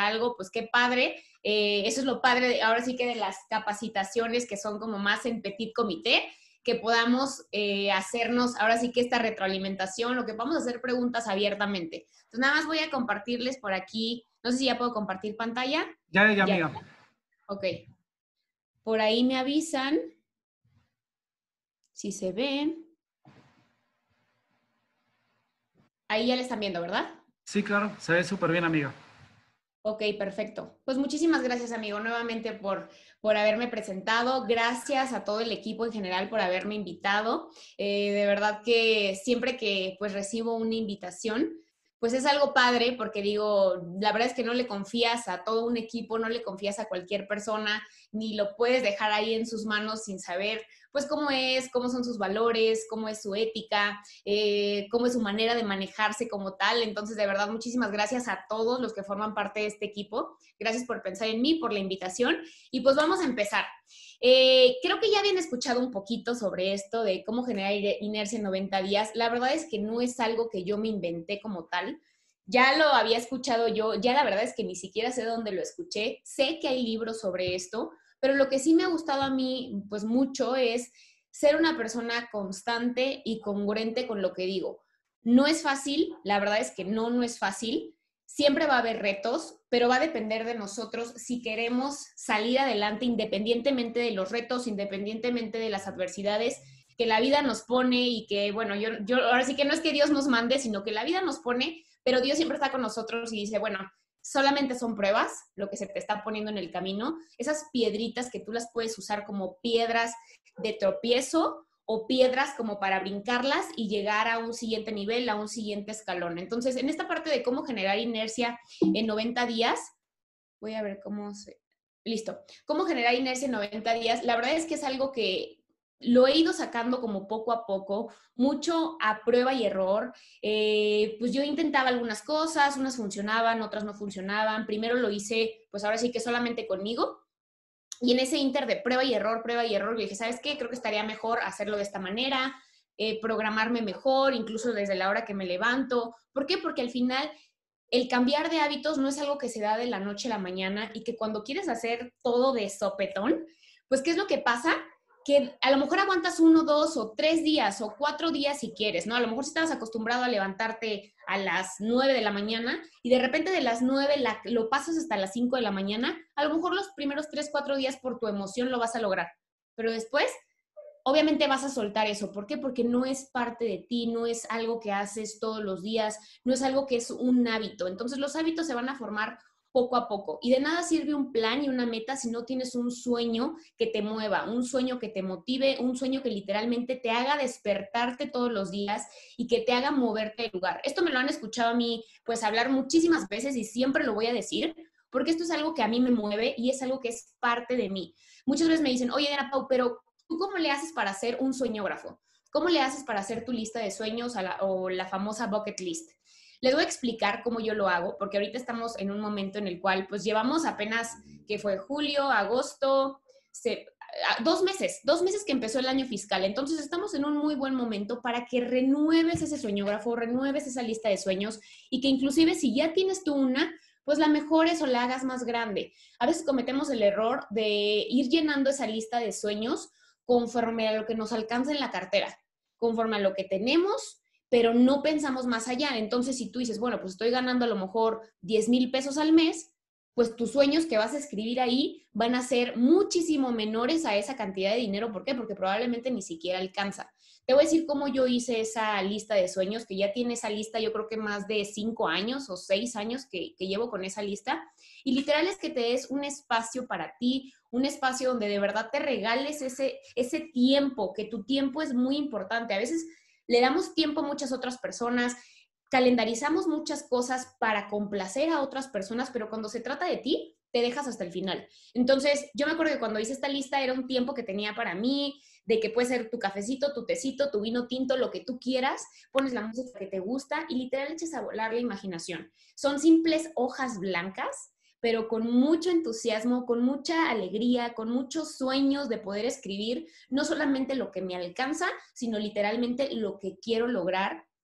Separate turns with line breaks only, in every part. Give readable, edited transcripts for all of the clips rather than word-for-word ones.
algo, pues qué padre. Eso es lo padre, ahora sí que de las capacitaciones que son como más en petit comité, que podamos hacernos ahora sí que esta retroalimentación, lo que vamos a hacer preguntas abiertamente. Entonces nada más voy a compartirles por aquí, no sé si ya puedo compartir pantalla.
Ya,
Ya.
amiga.
Ok. Por ahí me avisan si se ven. Ahí ya le están viendo, ¿verdad?
Sí, claro, se ve súper bien, amiga.
Ok, perfecto. Pues muchísimas gracias, amigo, nuevamente por haberme presentado. Gracias a todo el equipo en general por haberme invitado. De verdad que siempre que pues recibo una invitación, pues es algo padre porque digo, la verdad es que no le confías a todo un equipo, no le confías a cualquier persona, ni lo puedes dejar ahí en sus manos sin saber pues cómo es, cómo son sus valores, cómo es su ética, cómo es su manera de manejarse como tal. Entonces, de verdad, muchísimas gracias a todos los que forman parte de este equipo. Gracias por pensar en mí, por la invitación. Y pues vamos a empezar. Creo que ya habían escuchado un poquito sobre esto de cómo generar inercia en 90 días. La verdad es que no es algo que yo me inventé como tal. Ya lo había escuchado yo, ya la verdad es que ni siquiera sé dónde lo escuché. Sé que hay libros sobre esto, pero lo que sí me ha gustado a mí, pues mucho, es ser una persona constante y congruente con lo que digo. No es fácil, la verdad es que no es fácil. Siempre va a haber retos, pero va a depender de nosotros si queremos salir adelante independientemente de los retos, independientemente de las adversidades que la vida nos pone y que, bueno, yo ahora sí que no es que Dios nos mande, sino que la vida nos pone, pero Dios siempre está con nosotros y dice, bueno, solamente son pruebas lo que se te está poniendo en el camino, esas piedritas que tú las puedes usar como piedras de tropiezo o piedras como para brincarlas y llegar a un siguiente nivel, a un siguiente escalón. Entonces, en esta parte de cómo generar inercia en 90 días, voy a ver cómo se... Listo. ¿Cómo generar inercia en 90 días? La verdad es que es algo que lo he ido sacando como poco a poco, mucho a prueba y error. Pues yo intentaba algunas cosas, unas funcionaban, otras no funcionaban. Primero lo hice, pues ahora sí que solamente conmigo. Y en ese inter de prueba y error, yo dije, ¿sabes qué? Creo que estaría mejor hacerlo de esta manera, programarme mejor, incluso desde la hora que me levanto. ¿Por qué? Porque al final el cambiar de hábitos no es algo que se da de la noche a la mañana y que cuando quieres hacer todo de sopetón, pues ¿qué es lo que pasa? Que a lo mejor aguantas 1, 2 o 3 días o 4 días si quieres, ¿no? A lo mejor si estabas acostumbrado a levantarte a las 9 de la mañana y de repente de las 9 lo pasas hasta las 5 de la mañana, a lo mejor los primeros 3, 4 días por tu emoción lo vas a lograr, pero después obviamente vas a soltar eso. ¿Por qué? Porque no es parte de ti, no es algo que haces todos los días, no es algo que es un hábito. Entonces los hábitos se van a formar poco a poco. Y de nada sirve un plan y una meta si no tienes un sueño que te mueva, un sueño que te motive, un sueño que literalmente te haga despertarte todos los días y que te haga moverte del lugar. Esto me lo han escuchado a mí pues hablar muchísimas veces y siempre lo voy a decir porque esto es algo que a mí me mueve y es algo que es parte de mí. Muchas veces me dicen, oye, Ana Pau, pero ¿tú cómo le haces para ser un sueñógrafo? ¿Cómo le haces para hacer tu lista de sueños o la famosa bucket list? Les voy a explicar cómo yo lo hago, porque ahorita estamos en un momento en el cual pues llevamos apenas, que fue julio, agosto, 2 meses que empezó el año fiscal. Entonces estamos en un muy buen momento para que renueves ese sueñógrafo, renueves esa lista de sueños y que inclusive si ya tienes tú una, pues la mejores o la hagas más grande. A veces cometemos el error de ir llenando esa lista de sueños conforme a lo que nos alcanza en la cartera, conforme a lo que tenemos, pero no pensamos más allá. Entonces, si tú dices, bueno, pues estoy ganando a lo mejor 10,000 pesos al mes, pues tus sueños que vas a escribir ahí van a ser muchísimo menores a esa cantidad de dinero. ¿Por qué? Porque probablemente ni siquiera alcanza. Te voy a decir cómo yo hice esa lista de sueños, que ya tiene esa lista, yo creo que más de 5 años o 6 años que llevo con esa lista. Y literal es que te des un espacio para ti, un espacio donde de verdad te regales ese tiempo, que tu tiempo es muy importante. A veces le damos tiempo a muchas otras personas, calendarizamos muchas cosas para complacer a otras personas, pero cuando se trata de ti, te dejas hasta el final. Entonces, yo me acuerdo que cuando hice esta lista era un tiempo que tenía para mí, de que puede ser tu cafecito, tu tecito, tu vino tinto, lo que tú quieras, pones la música que te gusta y literal eches a volar la imaginación. Son simples hojas blancas, pero con mucho entusiasmo, con mucha alegría, con muchos sueños de poder escribir, no solamente lo que me alcanza, sino literalmente lo que quiero lograr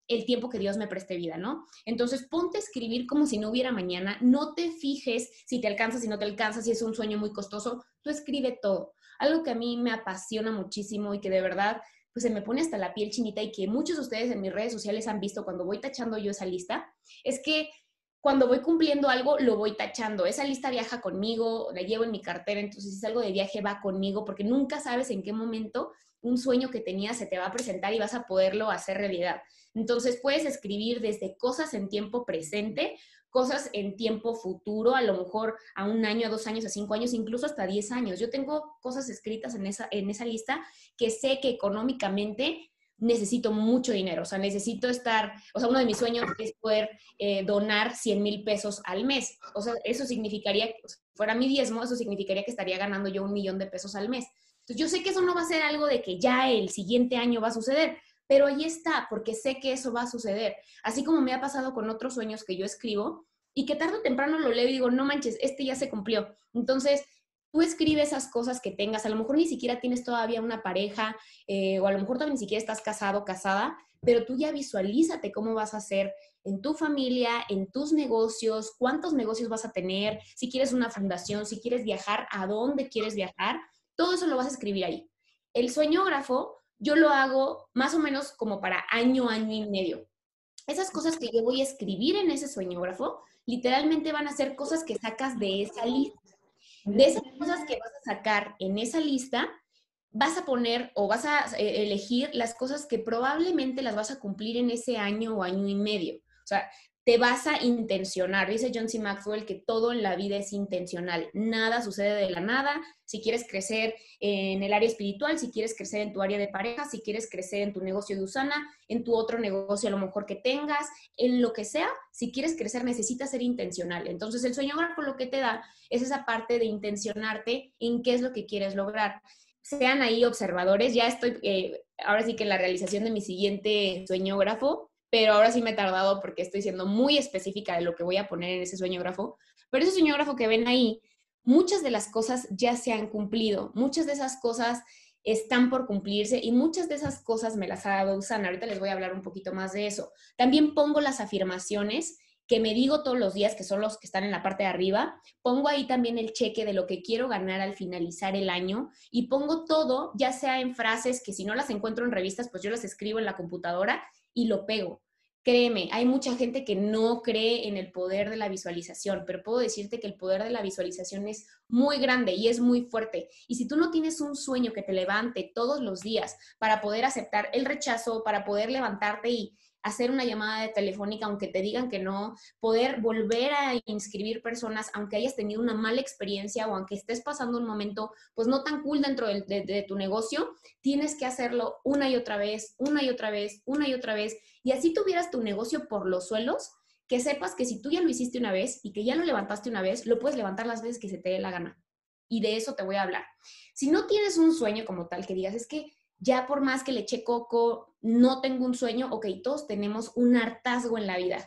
el tiempo que Dios me preste vida, ¿no? Entonces, ponte a escribir como si no hubiera mañana, no te fijes si te alcanza, si no te alcanza, si es un sueño muy costoso, tú escribe todo. Algo que a mí me apasiona muchísimo y que de verdad, pues se me pone hasta la piel chinita y que muchos de ustedes en mis redes sociales han visto cuando voy tachando yo esa lista, es que cuando voy cumpliendo algo, lo voy tachando. Esa lista viaja conmigo, la llevo en mi cartera, entonces si salgo de viaje va conmigo, porque nunca sabes en qué momento un sueño que tenías se te va a presentar y vas a poderlo hacer realidad. Entonces puedes escribir desde cosas en tiempo presente, cosas en tiempo futuro, a lo mejor a 1 año, a 2 años, a 5 años, incluso hasta 10 años. Yo tengo cosas escritas en esa lista que sé que económicamente necesito mucho dinero, o sea, necesito estar, o sea, uno de mis sueños es poder donar 100,000 pesos al mes, o sea, eso significaría, o sea, fuera mi diezmo, eso significaría que estaría ganando yo 1 millón de pesos al mes. Entonces, yo sé que eso no va a ser algo de que ya el siguiente año va a suceder, pero ahí está, porque sé que eso va a suceder. Así como me ha pasado con otros sueños que yo escribo y que tarde o temprano lo leo y digo, no manches, este ya se cumplió. Entonces, tú escribe esas cosas que tengas, a lo mejor ni siquiera tienes todavía una pareja, o a lo mejor todavía ni siquiera estás casado o casada, pero tú ya visualízate cómo vas a hacer en tu familia, en tus negocios, cuántos negocios vas a tener, si quieres una fundación, si quieres viajar, a dónde quieres viajar, todo eso lo vas a escribir ahí. El sueñógrafo yo lo hago más o menos como para año, año y medio. Esas cosas que yo voy a escribir en ese sueñógrafo, literalmente van a ser cosas que sacas de esa lista. De esas cosas que vas a sacar en esa lista, vas a poner o vas a elegir las cosas que probablemente las vas a cumplir en ese año o año y medio. O sea, te vas a intencionar. Dice John C. Maxwell que todo en la vida es intencional. Nada sucede de la nada. Si quieres crecer en el área espiritual, si quieres crecer en tu área de pareja, si quieres crecer en tu negocio de Usana, en tu otro negocio a lo mejor que tengas, en lo que sea, si quieres crecer necesitas ser intencional. Entonces el sueñógrafo lo que te da es esa parte de intencionarte en qué es lo que quieres lograr. Sean ahí observadores. Ya estoy, ahora sí que en la realización de mi siguiente sueñógrafo, pero ahora sí me he tardado porque estoy siendo muy específica de lo que voy a poner en ese sueñógrafo. Pero ese sueñógrafo que ven ahí, muchas de las cosas ya se han cumplido, muchas de esas cosas están por cumplirse y muchas de esas cosas me las ha dado Usana. Ahorita les voy a hablar un poquito más de eso. También pongo las afirmaciones que me digo todos los días, que son los que están en la parte de arriba. Pongo ahí también el cheque de lo que quiero ganar al finalizar el año y pongo todo, ya sea en frases que si no las encuentro en revistas, pues yo las escribo en la computadora y lo pego. Créeme, hay mucha gente que no cree en el poder de la visualización, pero puedo decirte que el poder de la visualización es muy grande y es muy fuerte. Y si tú no tienes un sueño que te levante todos los días para poder aceptar el rechazo, para poder levantarte y hacer una llamada de telefónica aunque te digan que no, poder volver a inscribir personas aunque hayas tenido una mala experiencia o aunque estés pasando un momento pues no tan cool dentro de tu negocio, tienes que hacerlo una y otra vez, una y otra vez, una y otra vez. Y así tuvieras tu negocio por los suelos, que sepas que si tú ya lo hiciste una vez y que ya lo levantaste una vez, lo puedes levantar las veces que se te dé la gana. Y de eso te voy a hablar. Si no tienes un sueño como tal, que digas, es que ya por más que le eché coco, no tengo un sueño, ok, todos tenemos un hartazgo en la vida.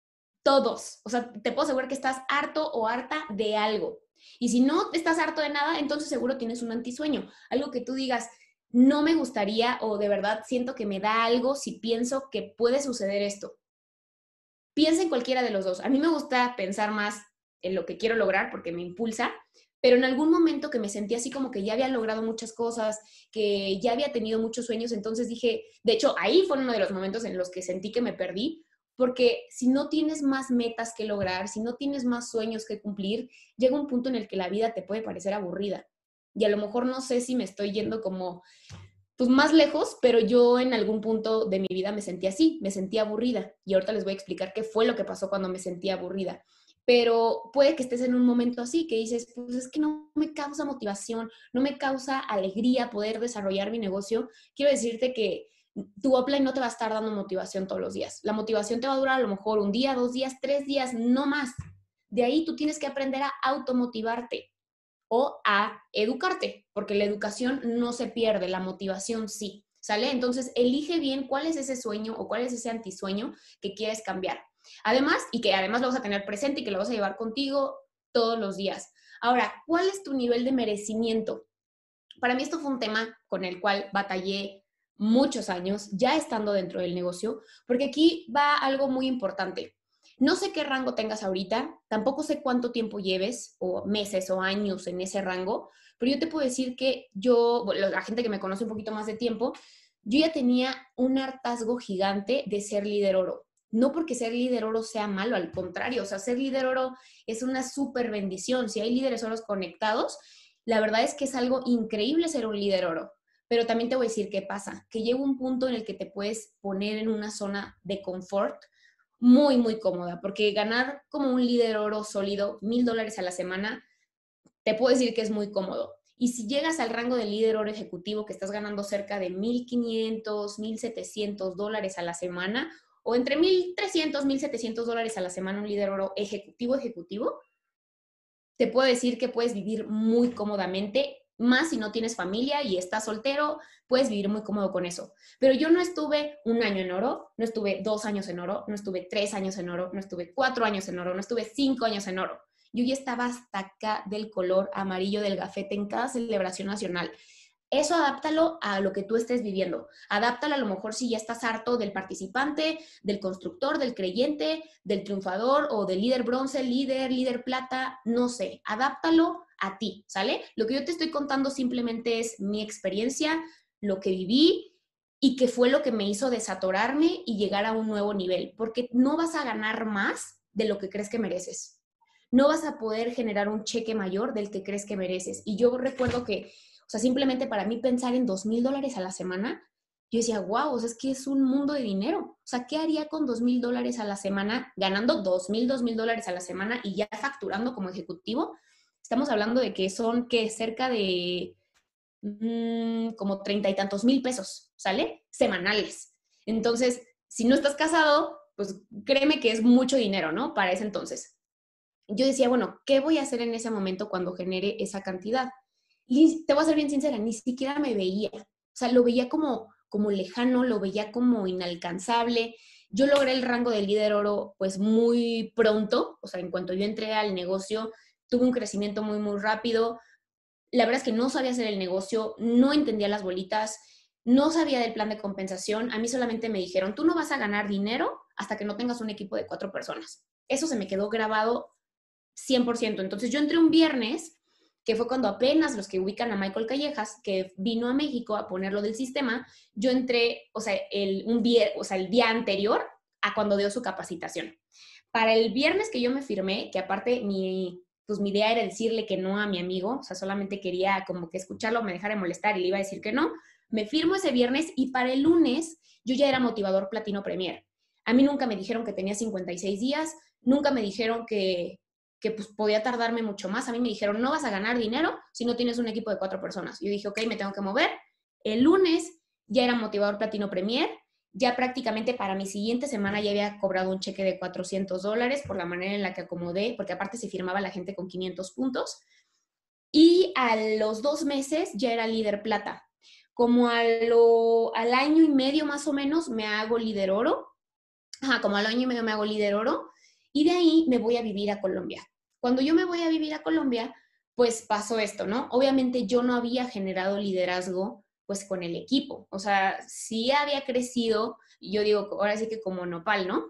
Todos. O sea, te puedo asegurar que estás harto o harta de algo. Y si no estás harto de nada, entonces seguro tienes un antisueño. Algo que tú digas, no me gustaría o de verdad siento que me da algo si pienso que puede suceder esto. Piensa en cualquiera de los dos. A mí me gusta pensar más en lo que quiero lograr porque me impulsa, pero en algún momento que me sentí así como que ya había logrado muchas cosas, que ya había tenido muchos sueños, entonces dije, de hecho, ahí fue uno de los momentos en los que sentí que me perdí, porque si no tienes más metas que lograr, si no tienes más sueños que cumplir, llega un punto en el que la vida te puede parecer aburrida. Y a lo mejor no sé si me estoy yendo como pues más lejos, pero yo en algún punto de mi vida me sentí así, me sentí aburrida. Y ahorita les voy a explicar qué fue lo que pasó cuando me sentí aburrida. Pero puede que estés en un momento así, que dices, pues es que no me causa motivación, no me causa alegría poder desarrollar mi negocio. Quiero decirte que tu upline no te va a estar dando motivación todos los días. La motivación te va a durar a lo mejor 1 día, 2 días, 3 días, no más. De ahí tú tienes que aprender a automotivarte o a educarte, porque la educación no se pierde, la motivación sí, ¿sale? Entonces, elige bien cuál es ese sueño o cuál es ese antisueño que quieres cambiar. Además, y que además lo vas a tener presente y que lo vas a llevar contigo todos los días. Ahora, ¿cuál es tu nivel de merecimiento? Para mí esto fue un tema con el cual batallé muchos años, ya estando dentro del negocio, porque aquí va algo muy importante. No sé qué rango tengas ahorita, tampoco sé cuánto tiempo lleves, o meses o años en ese rango, pero yo te puedo decir que yo, bueno, la gente que me conoce un poquito más de tiempo, yo ya tenía un hartazgo gigante de ser líder oro. No porque ser líder oro sea malo, al contrario, o sea, ser líder oro es una súper bendición. Si hay líderes oros conectados, la verdad es que es algo increíble ser un líder oro. Pero también te voy a decir qué pasa, que llega un punto en el que te puedes poner en una zona de confort muy, muy cómoda, porque ganar como un líder oro sólido, $1,000 a la semana, te puedo decir que es muy cómodo. Y si llegas al rango de líder oro ejecutivo, que estás ganando cerca de 1,500, $1,700 a la semana, o entre 1,300, $1,700 a la semana un líder oro ejecutivo, te puedo decir que puedes vivir muy cómodamente, más si no tienes familia y estás soltero, puedes vivir muy cómodo con eso. Pero yo no estuve un año en oro, no estuve 2 años en oro, no estuve 3 años en oro, no estuve 4 años en oro, no estuve 5 años en oro. Yo ya estaba hasta acá del color amarillo del gafete en cada celebración nacional. Eso adáptalo a lo que tú estés viviendo. Adáptalo a lo mejor si ya estás harto del participante, del constructor, del creyente, del triunfador o del líder bronce, líder plata, no sé. Adáptalo a ti, ¿sale? Lo que yo te estoy contando simplemente es mi experiencia, lo que viví y que fue lo que me hizo desatorarme y llegar a un nuevo nivel, porque no vas a ganar más de lo que crees que mereces. No vas a poder generar un cheque mayor del que crees que mereces. Y yo recuerdo que, o sea, simplemente para mí pensar en $2,000 a la semana, yo decía, wow, o sea, es que es un mundo de dinero. O sea, ¿qué haría con $2,000 a la semana, ganando $2,000 a la semana y ya facturando como ejecutivo? Estamos hablando de que son que cerca de como 30 y tantos mil pesos, ¿sale? Semanales. Entonces, si no estás casado, pues créeme que es mucho dinero, ¿no? Para ese entonces. Yo decía, bueno, ¿qué voy a hacer en ese momento cuando genere esa cantidad? Y te voy a ser bien sincera, ni siquiera me veía. O sea, lo veía como lejano, lo veía como inalcanzable. Yo logré el rango de líder oro pues muy pronto, o sea, en cuanto yo entré al negocio, tuve un crecimiento muy, muy rápido. La verdad es que no sabía hacer el negocio, no entendía las bolitas, no sabía del plan de compensación. A mí solamente me dijeron, tú no vas a ganar dinero hasta que no tengas un equipo de 4 personas. Eso se me quedó grabado 100%. Entonces yo entré un viernes, que fue cuando apenas los que ubican a Michael Callejas, que vino a México a ponerlo del sistema, yo entré, o sea, el día anterior a cuando dio su capacitación. Para el viernes que yo me firmé, que aparte pues mi idea era decirle que no a mi amigo, o sea, solamente quería como que escucharlo, me dejara de molestar y le iba a decir que no, me firmo ese viernes y para el lunes yo ya era motivador platino premier. A mí nunca me dijeron que tenía 56 días, nunca me dijeron que pues podía tardarme mucho más. A mí me dijeron, no vas a ganar dinero si no tienes un equipo de 4 personas. Yo dije, ok, me tengo que mover. El lunes ya era motivador platino premier, ya prácticamente para mi siguiente semana ya había cobrado un cheque de $400 por la manera en la que acomodé, porque aparte se firmaba la gente con 500 puntos. Y a los 2 meses ya era líder plata. Como al año y medio más o menos me hago líder oro. Ajá, como al año y medio me hago líder oro. Y de ahí me voy a vivir a Colombia. Cuando yo me voy a vivir a Colombia, pues pasó esto, ¿no? Obviamente yo no había generado liderazgo pues con el equipo. O sea, sí había crecido, yo digo, ahora sí que como nopal, ¿no?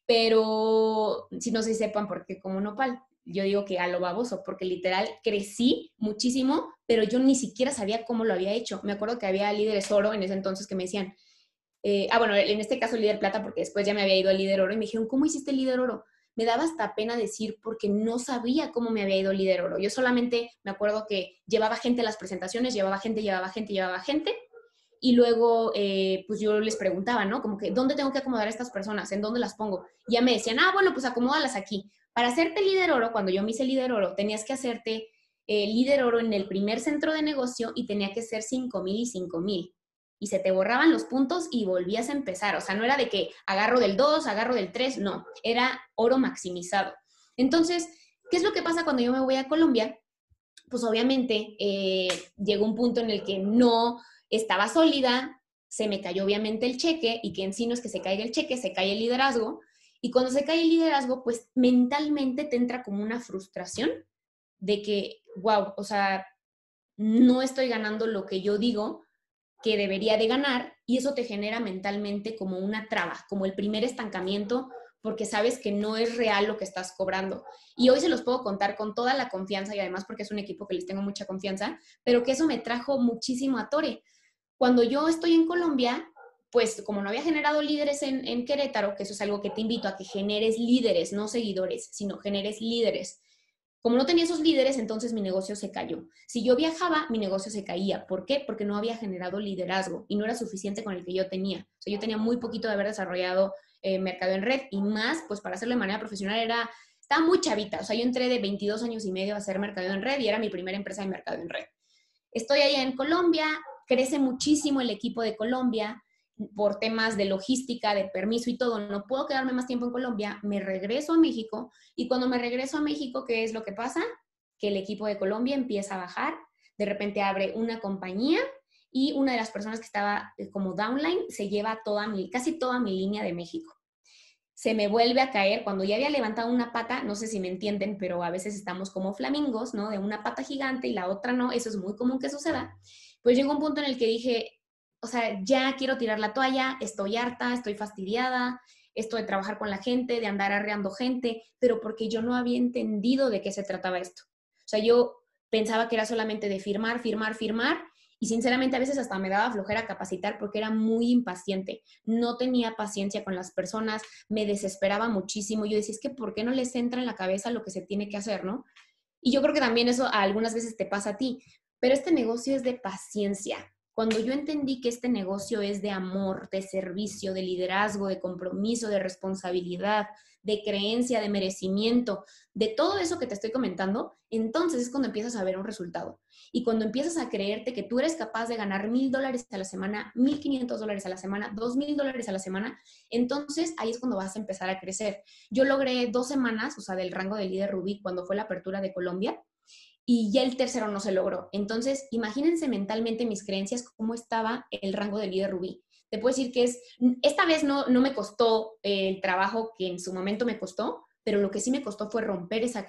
Pero si no se sepan por qué como nopal, yo digo que a lo baboso, porque literal crecí muchísimo, pero yo ni siquiera sabía cómo lo había hecho. Me acuerdo que había líderes oro en ese entonces que me decían, bueno, en este caso líder plata, porque después ya me había ido al líder oro y me dijeron, ¿cómo hiciste el líder oro? Me daba hasta pena decir porque no sabía cómo me había ido el líder oro. Yo solamente me acuerdo que llevaba gente a las presentaciones, llevaba gente, y luego pues yo les preguntaba, ¿no? Como que, ¿dónde tengo que acomodar a estas personas? ¿En dónde las pongo? Y ya me decían, bueno, pues acomódalas aquí. Para hacerte líder oro, cuando yo me hice líder oro, tenías que hacerte líder oro en el primer centro de negocio y tenía que ser 5,000 y 5,000 y se te borraban los puntos y volvías a empezar. O sea, no era de que agarro del 2, agarro del 3, no, era oro maximizado. Entonces, ¿qué es lo que pasa cuando yo me voy a Colombia? Pues obviamente llegó un punto en el que no estaba sólida, se me cayó obviamente el cheque y que en sí no es que se caiga el cheque, se cae el liderazgo. Y cuando se cae el liderazgo, pues mentalmente te entra como una frustración de que, wow, o sea, no estoy ganando lo que yo digo, que debería de ganar y eso te genera mentalmente como una traba, como el primer estancamiento porque sabes que no es real lo que estás cobrando. Y hoy se los puedo contar con toda la confianza y además porque es un equipo que les tengo mucha confianza, pero que eso me trajo muchísimo a Tore. Cuando yo estoy en Colombia, pues como no había generado líderes en Querétaro, que eso es algo que te invito a que generes líderes, no seguidores, sino generes líderes. Como no tenía esos líderes, entonces mi negocio se cayó. Si yo viajaba, mi negocio se caía. ¿Por qué? Porque no había generado liderazgo y no era suficiente con el que yo tenía. O sea, yo tenía muy poquito de haber desarrollado mercado en red y más, pues para hacerlo de manera profesional estaba muy chavita. O sea, yo entré de 22 años y medio a hacer mercado en red y era mi primera empresa de mercado en red. Estoy allá en Colombia, crece muchísimo el equipo de Colombia por temas de logística, de permiso y todo. No puedo quedarme más tiempo en Colombia, me regreso a México y cuando me regreso a México, ¿qué es lo que pasa? Que el equipo de Colombia empieza a bajar, de repente abre una compañía y una de las personas que estaba como downline se lleva casi toda mi línea de México. Se me vuelve a caer cuando ya había levantado una pata, no sé si me entienden, pero a veces estamos como flamingos, ¿no? De una pata gigante y la otra no, eso es muy común que suceda. Pues llegó un punto en el que dije, o sea, ya quiero tirar la toalla, estoy harta, estoy fastidiada, esto de trabajar con la gente, de andar arreando gente, pero porque yo no había entendido de qué se trataba esto. O sea, yo pensaba que era solamente de firmar, firmar, firmar, y sinceramente a veces hasta me daba flojera capacitar porque era muy impaciente, no tenía paciencia con las personas, me desesperaba muchísimo. Yo decía, es que ¿por qué no les entra en la cabeza lo que se tiene que hacer, no? Y yo creo que también eso algunas veces te pasa a ti, pero este negocio es de paciencia. Cuando yo entendí que este negocio es de amor, de servicio, de liderazgo, de compromiso, de responsabilidad, de creencia, de merecimiento, de todo eso que te estoy comentando, entonces es cuando empiezas a ver un resultado. Y cuando empiezas a creerte que tú eres capaz de ganar $1,000 a la semana, $1,500 a la semana, $2,000 a la semana, entonces ahí es cuando vas a empezar a crecer. Yo logré 2 semanas, o sea, del rango de líder Rubí cuando fue la apertura de Colombia, y ya el tercero no se logró. Entonces, imagínense mentalmente mis creencias, cómo estaba el rango de líder Rubí. Te puedo decir que esta vez no me costó el trabajo que en su momento me costó, pero lo que sí me costó fue romper esa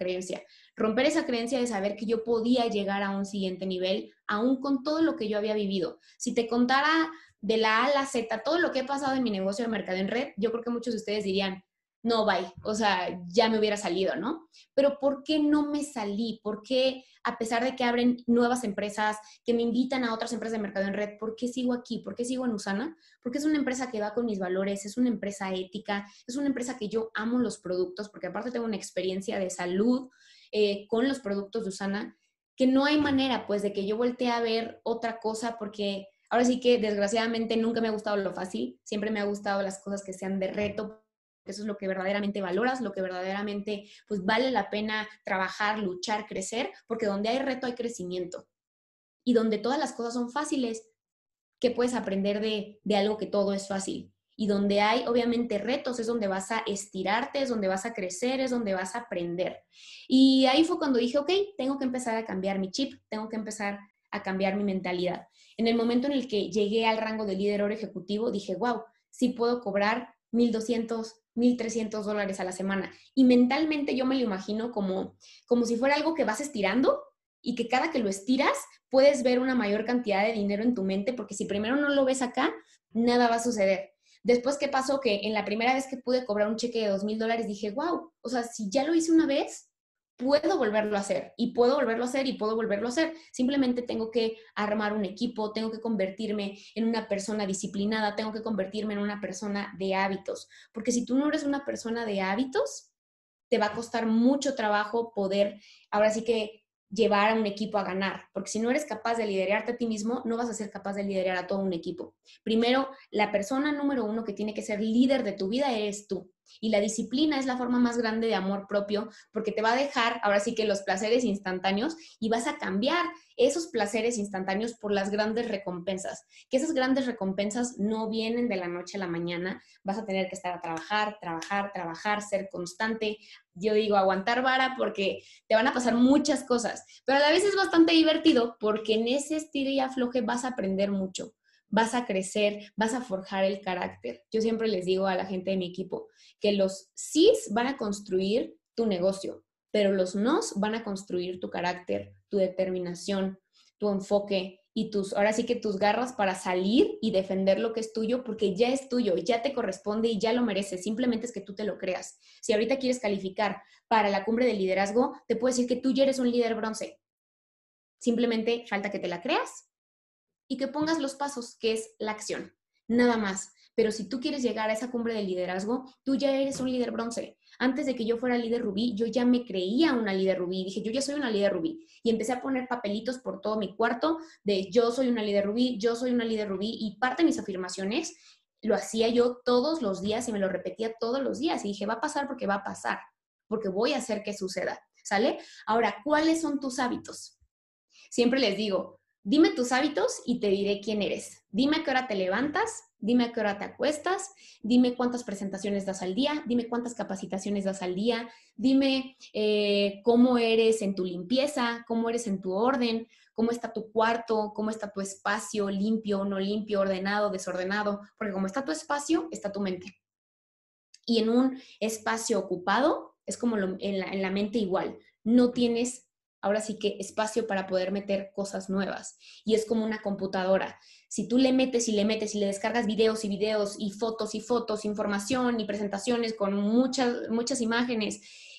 creencia de saber que yo podía llegar a un siguiente nivel, aún con todo lo que yo había vivido. Si te contara de la A a la Z, todo lo que he pasado en mi negocio de mercado en red, yo creo que muchos de ustedes dirían, no, bye, o sea, ya me hubiera salido, ¿no? Pero ¿por qué no me salí? ¿Por qué, a pesar de que abren nuevas empresas, que me invitan a otras empresas de mercado en red, por qué sigo aquí? ¿Por qué sigo en Usana? Porque es una empresa que va con mis valores, es una empresa ética, es una empresa que yo amo los productos, porque aparte tengo una experiencia de salud con los productos de Usana, que no hay manera, pues, de que yo voltee a ver otra cosa, porque ahora sí que desgraciadamente nunca me ha gustado lo fácil, siempre me ha gustado las cosas que sean de reto, eso es lo que verdaderamente valoras, lo que verdaderamente pues vale la pena trabajar, luchar, crecer, porque donde hay reto hay crecimiento. Y donde todas las cosas son fáciles, ¿qué puedes aprender de algo que todo es fácil? Y donde hay obviamente retos es donde vas a estirarte, es donde vas a crecer, es donde vas a aprender. Y ahí fue cuando dije, ok, tengo que empezar a cambiar mi chip, tengo que empezar a cambiar mi mentalidad. En el momento en el que llegué al rango de líder oro ejecutivo, dije, wow, sí puedo cobrar 1,200, $1,300 a la semana. Y mentalmente yo me lo imagino como si fuera algo que vas estirando y que cada que lo estiras puedes ver una mayor cantidad de dinero en tu mente, porque si primero no lo ves acá, nada va a suceder. Después, ¿qué pasó? Que en la primera vez que pude cobrar un cheque de $2,000, dije, wow, o sea, si ya lo hice una vez, puedo volverlo a hacer y puedo volverlo a hacer y puedo volverlo a hacer. Simplemente tengo que armar un equipo, tengo que convertirme en una persona disciplinada, tengo que convertirme en una persona de hábitos, porque si tú no eres una persona de hábitos, te va a costar mucho trabajo poder, ahora sí que llevar a un equipo a ganar, porque si no eres capaz de liderarte a ti mismo, no vas a ser capaz de liderar a todo un equipo. Primero, la persona número uno que tiene que ser líder de tu vida eres tú. Y la disciplina es la forma más grande de amor propio, porque te va a dejar, ahora sí que los placeres instantáneos, y vas a cambiar esos placeres instantáneos por las grandes recompensas. Que esas grandes recompensas no vienen de la noche a la mañana, vas a tener que estar a trabajar, trabajar, trabajar, ser constante. Yo digo aguantar vara porque te van a pasar muchas cosas, pero a la vez es bastante divertido porque en ese estilo y afloje vas a aprender mucho, vas a crecer, vas a forjar el carácter. Yo siempre les digo a la gente de mi equipo que los sís van a construir tu negocio, pero los nos van a construir tu carácter, tu determinación, tu enfoque y ahora sí que tus garras para salir y defender lo que es tuyo, porque ya es tuyo, ya te corresponde y ya lo mereces. Simplemente es que tú te lo creas. Si ahorita quieres calificar para la cumbre de liderazgo, te puedo decir que tú ya eres un líder bronce. Simplemente falta que te la creas y que pongas los pasos, que es la acción. Nada más. Pero si tú quieres llegar a esa cumbre de liderazgo, tú ya eres un líder bronce. Antes de que yo fuera líder rubí, yo ya me creía una líder rubí. Dije, yo ya soy una líder rubí. Y empecé a poner papelitos por todo mi cuarto de yo soy una líder rubí, yo soy una líder rubí. Y parte de mis afirmaciones lo hacía yo todos los días y me lo repetía todos los días. Y dije, va a pasar porque va a pasar, porque voy a hacer que suceda. ¿Sale? Ahora, ¿cuáles son tus hábitos? Siempre les digo, dime tus hábitos y te diré quién eres. Dime a qué hora te levantas, dime a qué hora te acuestas, dime cuántas presentaciones das al día, dime cuántas capacitaciones das al día, dime cómo eres en tu limpieza, cómo eres en tu orden, cómo está tu cuarto, cómo está tu espacio, limpio, no limpio, ordenado, desordenado, porque como está tu espacio, está tu mente. Y en un espacio ocupado, es como en la mente igual, no tienes ahora sí que espacio para poder meter cosas nuevas. Y es como una computadora. Si tú le metes y le metes y le descargas videos y videos y fotos, información y presentaciones con muchas imágenes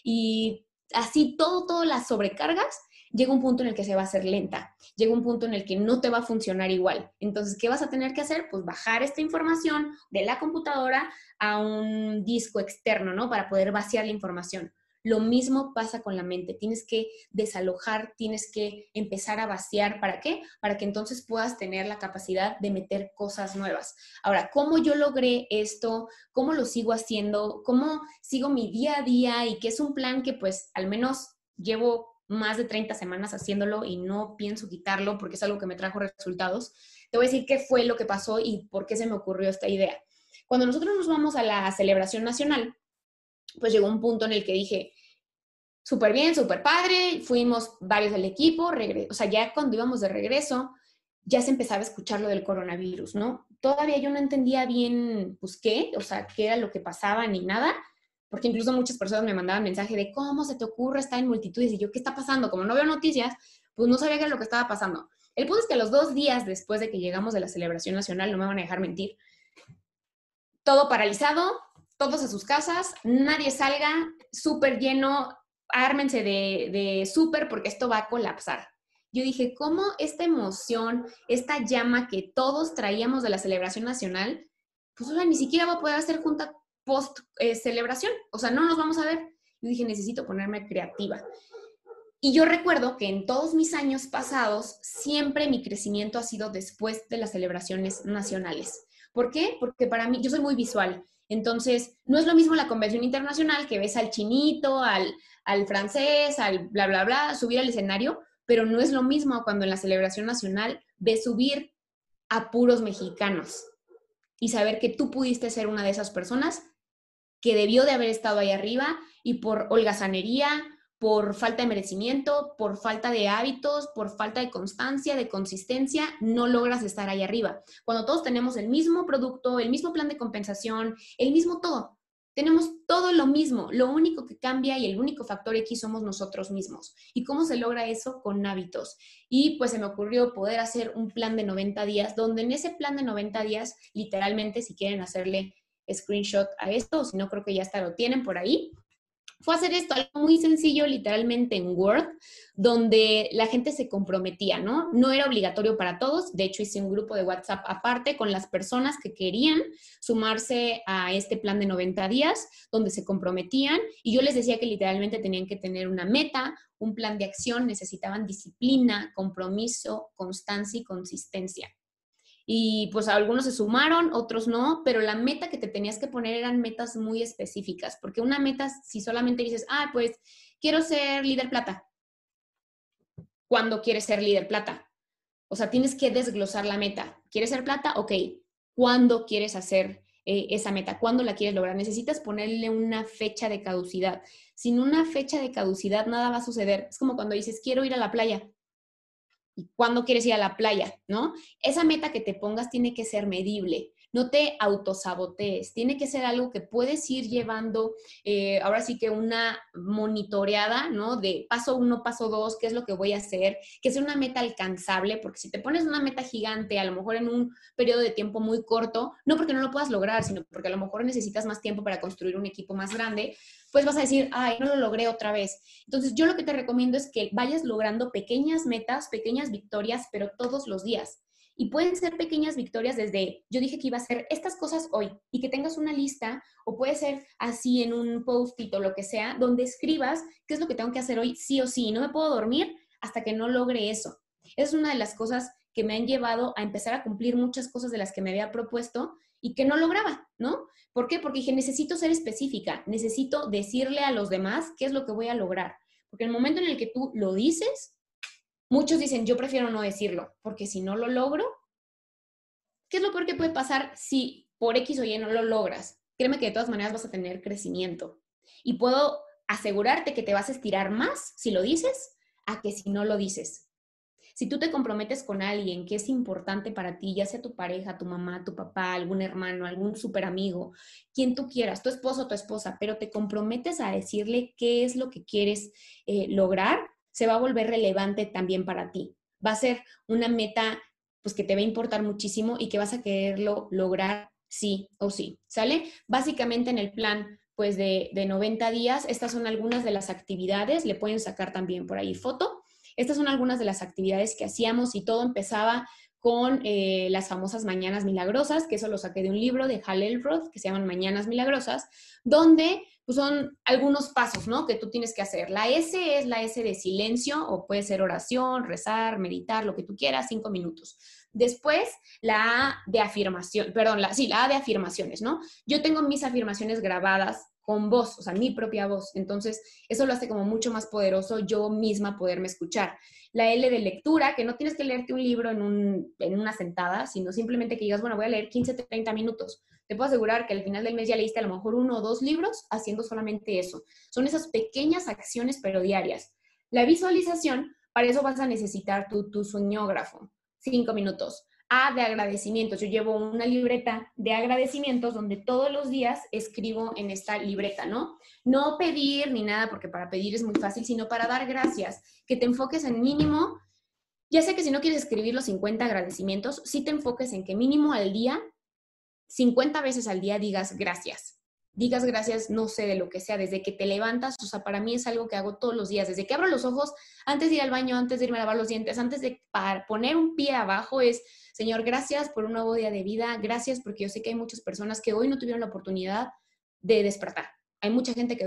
y así todo las sobrecargas, llega un punto en el que se va a hacer lenta. Llega un punto en el que no te va a funcionar igual. Entonces, ¿qué vas a tener que hacer? Pues bajar esta información de la computadora a un disco externo, ¿no? Para poder vaciar la información. Lo mismo pasa con la mente. Tienes que desalojar, tienes que empezar a vaciar. ¿Para qué? Para que entonces puedas tener la capacidad de meter cosas nuevas. Ahora, ¿cómo yo logré esto? ¿Cómo lo sigo haciendo? ¿Cómo sigo mi día a día? Y que es un plan que pues al menos llevo más de 30 semanas haciéndolo y no pienso quitarlo porque es algo que me trajo resultados. Te voy a decir qué fue lo que pasó y por qué se me ocurrió esta idea. Cuando nosotros nos vamos a la celebración nacional, pues llegó un punto en el que dije, súper bien, súper padre, fuimos varios del equipo, o sea, ya cuando íbamos de regreso, ya se empezaba a escuchar lo del coronavirus, ¿no? Todavía yo no entendía bien, pues, qué, o sea, qué era lo que pasaba ni nada, porque incluso muchas personas me mandaban mensaje de cómo se te ocurre estar en multitudes y yo, ¿qué está pasando? Como no veo noticias, pues no sabía qué era lo que estaba pasando. El punto es que los 2 días después de que llegamos de la celebración nacional, no me van a dejar mentir, todo paralizado, todos a sus casas, nadie salga, súper lleno, ármense de súper porque esto va a colapsar. Yo dije, ¿cómo esta emoción, esta llama que todos traíamos de la celebración nacional, pues ahora ni siquiera va a poder hacer junta post celebración? O sea, no nos vamos a ver. Yo dije, necesito ponerme creativa. Y yo recuerdo que en todos mis años pasados, siempre mi crecimiento ha sido después de las celebraciones nacionales. ¿Por qué? Porque para mí, yo soy muy visual. Entonces, no es lo mismo la convención internacional que ves al chinito, al francés, al bla, bla, bla, subir al escenario, pero no es lo mismo cuando en la celebración nacional ves subir a puros mexicanos y saber que tú pudiste ser una de esas personas que debió de haber estado ahí arriba y por holgazanería, por falta de merecimiento, por falta de hábitos, por falta de constancia, de consistencia, no logras estar ahí arriba. Cuando todos tenemos el mismo producto, el mismo plan de compensación, el mismo todo, tenemos todo lo mismo, lo único que cambia y el único factor X somos nosotros mismos. ¿Y cómo se logra eso? Con hábitos. Y pues se me ocurrió poder hacer un plan de 90 días, donde en ese plan de 90 días, literalmente, si quieren hacerle screenshot a esto, o si no, creo que ya hasta lo tienen por ahí, fue hacer esto, algo muy sencillo, literalmente en Word, donde la gente se comprometía, ¿no? No era obligatorio para todos, de hecho hice un grupo de WhatsApp aparte con las personas que querían sumarse a este plan de 90 días, donde se comprometían, y yo les decía que literalmente tenían que tener una meta, un plan de acción, necesitaban disciplina, compromiso, constancia y consistencia. Y pues algunos se sumaron, otros no, pero la meta que te tenías que poner eran metas muy específicas, porque una meta, si solamente dices, pues quiero ser líder plata, ¿cuándo quieres ser líder plata? O sea, tienes que desglosar la meta. ¿Quieres ser plata? Ok. ¿Cuándo quieres hacer esa meta? ¿Cuándo la quieres lograr? Necesitas ponerle una fecha de caducidad. Sin una fecha de caducidad, nada va a suceder. Es como cuando dices, quiero ir a la playa. ¿Y cuándo quieres ir a la playa? ¿No? Esa meta que te pongas tiene que ser medible. no te autosabotees. Tiene que ser algo que puedes ir llevando, ahora sí que una monitoreada, ¿no? De paso 1, paso 2, qué es lo que voy a hacer, que sea una meta alcanzable, porque si te pones una meta gigante, a lo mejor en un periodo de tiempo muy corto, no porque no lo puedas lograr, sino porque a lo mejor necesitas más tiempo para construir un equipo más grande, pues vas a decir, ay, no lo logré otra vez. Entonces, yo lo que te recomiendo es que vayas logrando pequeñas metas, pequeñas victorias, pero todos los días. Y pueden ser pequeñas victorias desde, yo dije que iba a hacer estas cosas hoy y que tengas una lista, o puede ser así en un post-it o lo que sea, donde escribas qué es lo que tengo que hacer hoy sí o sí. No me puedo dormir hasta que no logre eso. Es una de las cosas que me han llevado a empezar a cumplir muchas cosas de las que me había propuesto y que no lograba, ¿no? ¿Por qué? Porque dije, necesito ser específica, necesito decirle a los demás qué es lo que voy a lograr. Porque el momento en el que tú lo dices, muchos dicen, yo prefiero no decirlo, porque si no lo logro, ¿qué es lo peor que puede pasar si por X o Y no lo logras? Créeme que de todas maneras vas a tener crecimiento. Y puedo asegurarte que te vas a estirar más si lo dices a que si no lo dices. Si tú te comprometes con alguien que es importante para ti, ya sea tu pareja, tu mamá, tu papá, algún hermano, algún súper amigo, quien tú quieras, tu esposo o tu esposa, pero te comprometes a decirle qué es lo que quieres lograr, se va a volver relevante también para ti. Va a ser una meta pues que te va a importar muchísimo y que vas a quererlo lograr sí o sí, ¿sale? Básicamente en el plan pues de 90 días, estas son algunas de las actividades, le pueden sacar también por ahí foto. Estas son algunas de las actividades que hacíamos y todo empezaba con las famosas Mañanas Milagrosas, que eso lo saqué de un libro de Hal Elrod, que se llaman Mañanas Milagrosas, donde pues, son algunos pasos, ¿no? Que tú tienes que hacer. La S es la S de silencio, o puede ser oración, rezar, meditar, lo que tú quieras, 5 minutos. Después, la A de afirmación, perdón, la A de afirmaciones, ¿no? Yo tengo mis afirmaciones grabadas con voz, o sea, mi propia voz. Entonces, eso lo hace como mucho más poderoso yo misma poderme escuchar. La L de lectura, que no tienes que leerte un libro en una sentada, sino simplemente que digas, bueno, voy a leer 15, 30 minutos. Te puedo asegurar que al final del mes ya leíste a lo mejor 1 o 2 libros haciendo solamente eso. Son esas pequeñas acciones, pero diarias. La visualización, para eso vas a necesitar tu soñógrafo. 5 minutos. A de agradecimientos. Yo llevo una libreta de agradecimientos donde todos los días escribo en esta libreta, ¿no? No pedir ni nada, porque para pedir es muy fácil, sino para dar gracias. Que te enfoques en mínimo. Ya sé que si no quieres escribir los 50 agradecimientos, sí te enfoques en que mínimo al día, 50 veces al día digas gracias. Digas gracias, no sé, de lo que sea, desde que te levantas, o sea, para mí es algo que hago todos los días, desde que abro los ojos, antes de ir al baño, antes de irme a lavar los dientes, antes de poner un pie abajo es, Señor, gracias por un nuevo día de vida, gracias porque yo sé que hay muchas personas que hoy no tuvieron la oportunidad de despertar. Hay mucha gente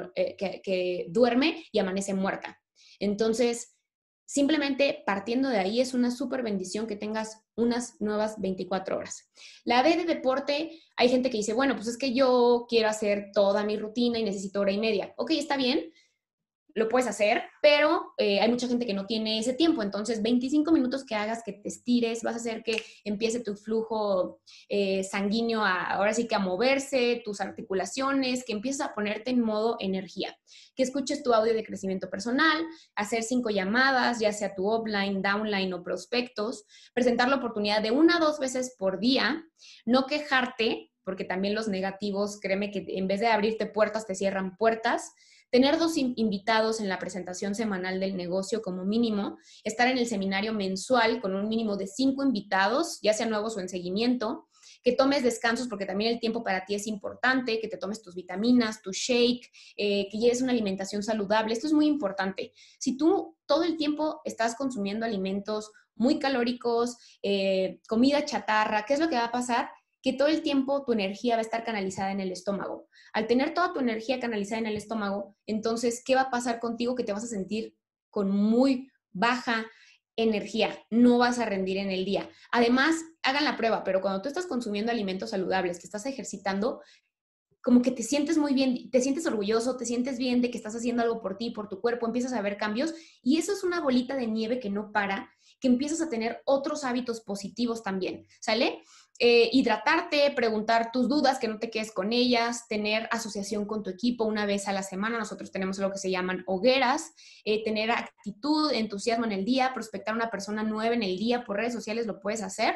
que duerme y amanece muerta. Entonces, simplemente partiendo de ahí es una súper bendición que tengas unas nuevas 24 horas. La D de deporte, hay gente que dice, bueno, pues es que yo quiero hacer toda mi rutina y necesito hora y media. Ok, está bien, lo puedes hacer, pero hay mucha gente que no tiene ese tiempo. Entonces, 25 minutos que hagas, que te estires, vas a hacer que empiece tu flujo sanguíneo ahora sí que a moverse, tus articulaciones, que empieces a ponerte en modo energía. Que escuches tu audio de crecimiento personal, hacer 5 llamadas, ya sea tu upline, downline o prospectos, presentar la oportunidad de 1 a 2 veces por día, no quejarte, porque también los negativos, créeme que en vez de abrirte puertas, te cierran puertas. Tener 2 invitados en la presentación semanal del negocio como mínimo, estar en el seminario mensual con un mínimo de 5 invitados, ya sean nuevos o en seguimiento, que tomes descansos porque también el tiempo para ti es importante, que te tomes tus vitaminas, tu shake, que lleves una alimentación saludable. Esto es muy importante. Si tú todo el tiempo estás consumiendo alimentos muy calóricos, comida chatarra, ¿qué es lo que va a pasar? Que todo el tiempo tu energía va a estar canalizada en el estómago. Al tener toda tu energía canalizada en el estómago, entonces, ¿qué va a pasar contigo? Que te vas a sentir con muy baja energía, no vas a rendir en el día. Además, hagan la prueba, pero cuando tú estás consumiendo alimentos saludables, que estás ejercitando, como que te sientes muy bien, te sientes orgulloso, te sientes bien de que estás haciendo algo por ti, por tu cuerpo, empiezas a ver cambios y eso es una bolita de nieve que no para, que empiezas a tener otros hábitos positivos también, ¿sale? Hidratarte, preguntar tus dudas, que no te quedes con ellas, tener asociación con tu equipo 1 vez a la semana. Nosotros tenemos lo que se llaman hogueras, tener actitud, entusiasmo en el día, prospectar a una persona nueva en el día por redes sociales, lo puedes hacer.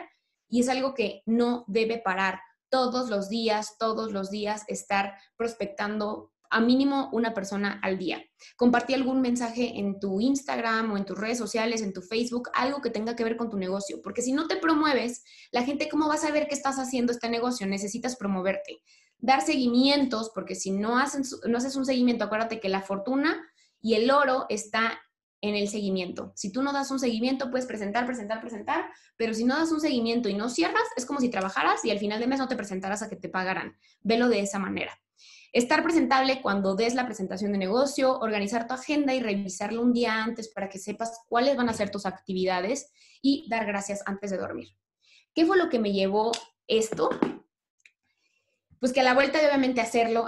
y es algo que no debe parar. Todos los días estar prospectando a mínimo una persona al día. Compartí algún mensaje en tu Instagram o en tus redes sociales, en tu Facebook, algo que tenga que ver con tu negocio, porque si no te promueves, la gente ¿cómo va a saber que estás haciendo este negocio? Necesitas promoverte. Dar seguimientos, porque si no haces un seguimiento, acuérdate que la fortuna y el oro está en el seguimiento. Si tú no das un seguimiento, puedes presentar, pero si no das un seguimiento y no cierras, es como si trabajaras y al final de mes no te presentaras a que te pagaran. Velo de esa manera. Estar presentable cuando des la presentación de negocio, organizar tu agenda y revisarla un día antes para que sepas cuáles van a ser tus actividades y dar gracias antes de dormir. ¿Qué fue lo que me llevó esto? Pues que a la vuelta de obviamente hacerlo,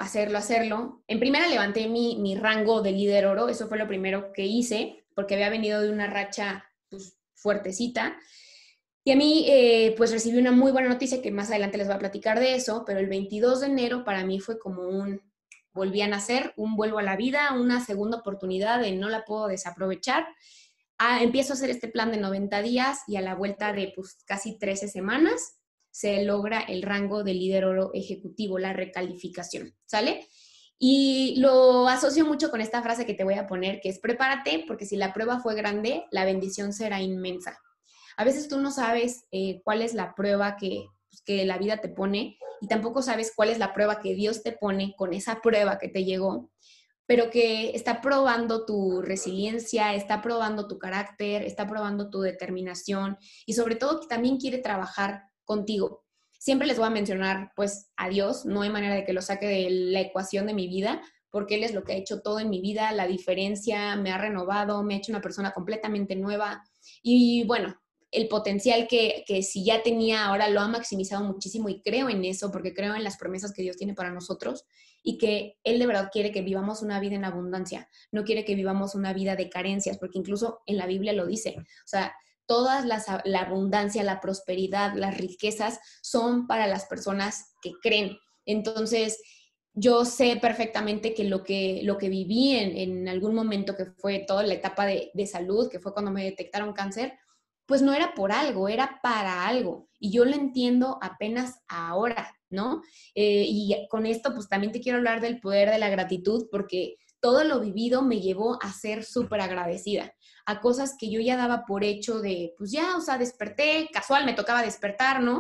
en primera levanté mi rango de líder oro, eso fue lo primero que hice, porque había venido de una racha pues, fuertecita. Y a mí, pues recibí una muy buena noticia, que más adelante les voy a platicar de eso, pero el 22 de enero para mí fue como volví a nacer, un vuelvo a la vida, una segunda oportunidad de no la puedo desaprovechar. Empiezo a hacer este plan de 90 días y a la vuelta de pues, casi 13 semanas se logra el rango de líder oro ejecutivo, la recalificación, ¿sale? Y lo asocio mucho con esta frase que te voy a poner, que es prepárate, porque si la prueba fue grande, la bendición será inmensa. A veces tú no sabes cuál es la prueba que la vida te pone y tampoco sabes cuál es la prueba que Dios te pone con esa prueba que te llegó, pero que está probando tu resiliencia, está probando tu carácter, está probando tu determinación y sobre todo que también quiere trabajar contigo. Siempre les voy a mencionar pues a Dios, no hay manera de que lo saque de la ecuación de mi vida, porque Él es lo que ha hecho todo en mi vida, la diferencia, me ha renovado, me ha hecho una persona completamente nueva y bueno, el potencial que si ya tenía ahora lo ha maximizado muchísimo y creo en eso porque creo en las promesas que Dios tiene para nosotros y que Él de verdad quiere que vivamos una vida en abundancia, no quiere que vivamos una vida de carencias, porque incluso en la Biblia lo dice, o sea, la abundancia, la prosperidad, las riquezas son para las personas que creen. Entonces, yo sé perfectamente que lo que viví en algún momento, que fue toda la etapa de salud, que fue cuando me detectaron cáncer, pues no era por algo, era para algo. Y yo lo entiendo apenas ahora, ¿no? Y con esto, pues también te quiero hablar del poder de la gratitud, porque todo lo vivido me llevó a ser súper agradecida, a cosas que yo ya daba por hecho de, pues ya, o sea, desperté, casual, me tocaba despertar, ¿no?